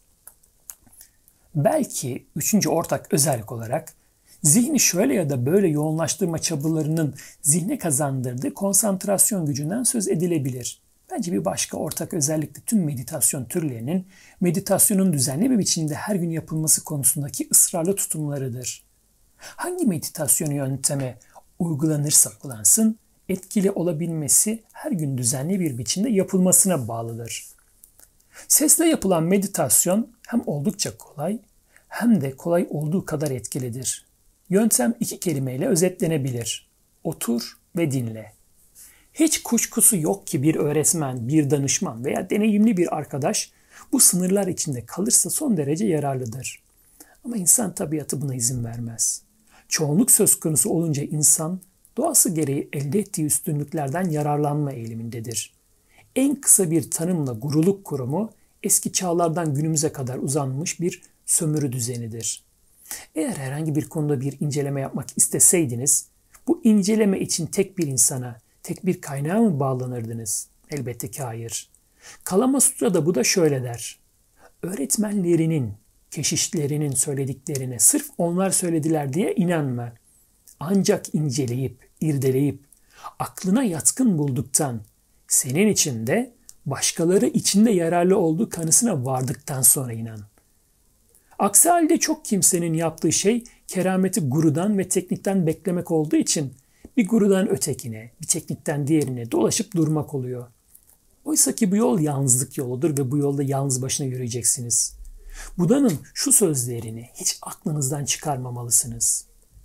Belki üçüncü ortak özellik olarak zihni şöyle ya da böyle yoğunlaştırma çabalarının zihne kazandırdığı konsantrasyon gücünden söz edilebilir. Bence bir başka ortak özellik de tüm meditasyon türlerinin meditasyonun düzenli bir biçimde her gün yapılması konusundaki ısrarlı tutumlarıdır. Hangi meditasyon yöntemi uygulanırsa uygulansın, etkili olabilmesi her her gün düzenli bir biçimde yapılmasına bağlıdır. Sesle yapılan meditasyon hem oldukça kolay hem de kolay olduğu kadar etkilidir. Yöntem 2 kelimeyle özetlenebilir. Otur ve dinle. Hiç kuşkusu yok ki bir öğretmen, bir danışman veya deneyimli bir arkadaş bu sınırlar içinde kalırsa son derece yararlıdır. Ama insan tabiatı buna izin vermez. Çoğunluk söz konusu olunca insan doğası gereği elde ettiği üstünlüklerden yararlanma eğilimindedir. En kısa bir tanımla guruluk kurumu eski çağlardan günümüze kadar uzanmış bir sömürü düzenidir. Eğer herhangi bir konuda bir inceleme yapmak isteseydiniz, bu inceleme için tek bir insana, tek bir kaynağa mı bağlanırdınız? Elbette ki hayır. Kalamasutra'da bu da şöyle der. Öğretmenlerinin, keşişlerinin söylediklerine sırf onlar söylediler diye inanma. Ancak inceleyip, irdeleyip, aklına yatkın bulduktan, senin için de başkaları için de yararlı olduğu kanısına vardıktan sonra inan. Aksi halde çok kimsenin yaptığı şey kerameti gurudan ve teknikten beklemek olduğu için bir gurudan ötekine, bir teknikten diğerine dolaşıp durmak oluyor. Oysa ki bu yol yalnızlık yoludur ve bu yolda yalnız başına yürüyeceksiniz. Buda'nın şu sözlerini hiç aklınızdan çıkarmamalısınız.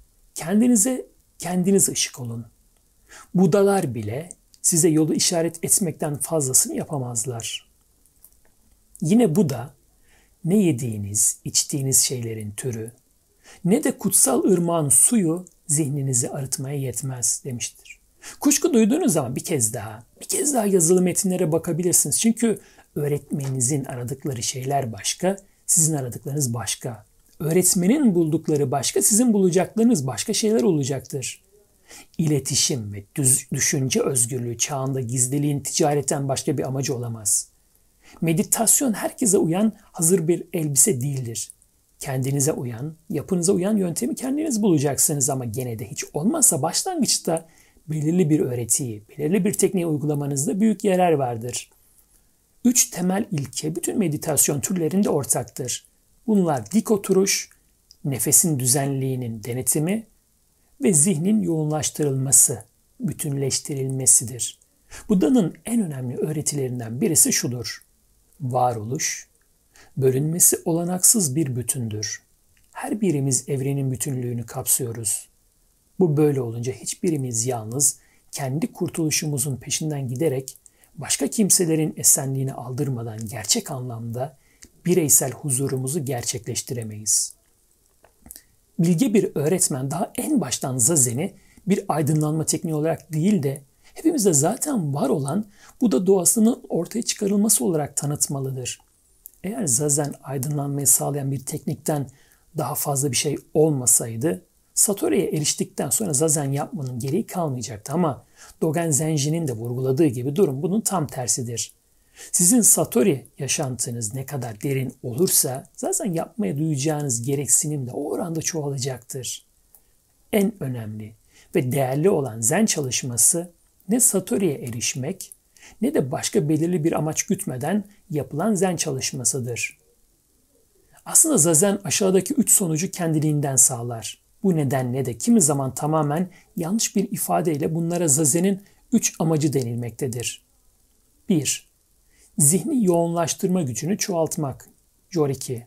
Kendiniz ışık olun. Budalar bile size yolu işaret etmekten fazlasını yapamazlar. Yine Buda, ne yediğiniz, içtiğiniz şeylerin türü, ne de kutsal ırmağın suyu zihninizi arıtmaya yetmez demiştir. Kuşku duyduğunuz zaman bir kez daha yazılı metinlere bakabilirsiniz. Çünkü öğretmeninizin aradıkları şeyler başka, sizin aradıklarınız başka. Öğretmenin buldukları başka, sizin bulacaklarınız başka şeyler olacaktır. İletişim ve düşünce özgürlüğü çağında gizliliğin ticaretten başka bir amacı olamaz. Meditasyon herkese uyan hazır bir elbise değildir. Kendinize uyan, yapınıza uyan yöntemi kendiniz bulacaksınız ama gene de hiç olmazsa başlangıçta belirli bir öğretiyi, belirli bir tekniği uygulamanızda büyük yarar vardır. 3 temel ilke bütün meditasyon türlerinde ortaktır. Bunlar dik oturuş, nefesin düzenliğinin denetimi ve zihnin yoğunlaştırılması, bütünleştirilmesidir. Buda'nın en önemli öğretilerinden birisi şudur. Varoluş, bölünmesi olanaksız bir bütündür. Her birimiz evrenin bütünlüğünü kapsıyoruz. Bu böyle olunca hiçbirimiz yalnız kendi kurtuluşumuzun peşinden giderek başka kimselerin esenliğini aldırmadan gerçek anlamda bireysel huzurumuzu gerçekleştiremeyiz. Bilge bir öğretmen daha en baştan Zazen'i bir aydınlanma tekniği olarak değil de hepimizde zaten var olan Buda doğasının ortaya çıkarılması olarak tanıtmalıdır. Eğer Zazen aydınlanmayı sağlayan bir teknikten daha fazla bir şey olmasaydı, Satori'ye eriştikten sonra Zazen yapmanın gereği kalmayacaktı ama Dogen Zenji'nin de vurguladığı gibi durum bunun tam tersidir. Sizin Satori yaşantınız ne kadar derin olursa zaten yapmaya duyacağınız gereksinim de o oranda çoğalacaktır. En önemli ve değerli olan Zen çalışması ne Satori'ye erişmek ne de başka belirli bir amaç gütmeden yapılan Zen çalışmasıdır. Aslında Zazen aşağıdaki 3 sonucu kendiliğinden sağlar. Bu nedenle de kimi zaman tamamen yanlış bir ifadeyle bunlara Zazen'in 3 amacı denilmektedir. 1. Zihni yoğunlaştırma gücünü çoğaltmak. Joriki.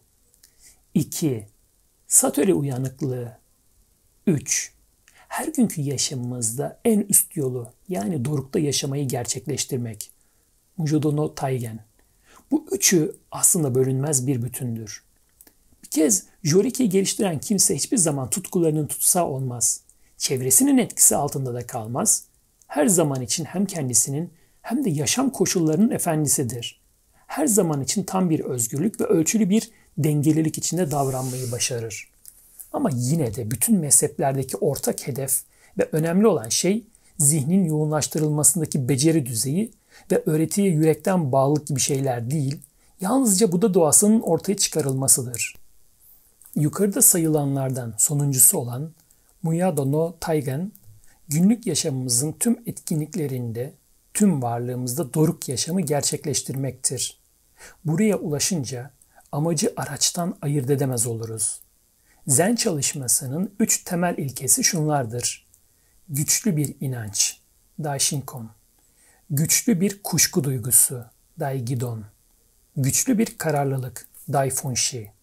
2. Satori uyanıklığı. 3. Her günkü yaşamımızda en üst yolu yani dorukta yaşamayı gerçekleştirmek. Mujodo no Taigen. Bu üçü aslında bölünmez bir bütündür. Bir kez Joriki'yi geliştiren kimse hiçbir zaman tutkularının tutsağı olmaz. Çevresinin etkisi altında da kalmaz. Her zaman için hem kendisinin hem de yaşam koşullarının efendisidir. Her zaman için tam bir özgürlük ve ölçülü bir dengelilik içinde davranmayı başarır. Ama yine de bütün mezheplerdeki ortak hedef ve önemli olan şey zihnin yoğunlaştırılmasındaki beceri düzeyi ve öğretiye yürekten bağlılık gibi şeyler değil, yalnızca Buda doğasının ortaya çıkarılmasıdır. Yukarıda sayılanlardan sonuncusu olan Muyado no Taigen, günlük yaşamımızın tüm etkinliklerinde, tüm varlığımızda doruk yaşamı gerçekleştirmektir. Buraya ulaşınca amacı araçtan ayırt edemez oluruz. Zen çalışmasının 3 temel ilkesi şunlardır. Güçlü bir inanç, Daishinkon. Güçlü bir kuşku duygusu, Daigidon. Güçlü bir kararlılık, Daifonshi.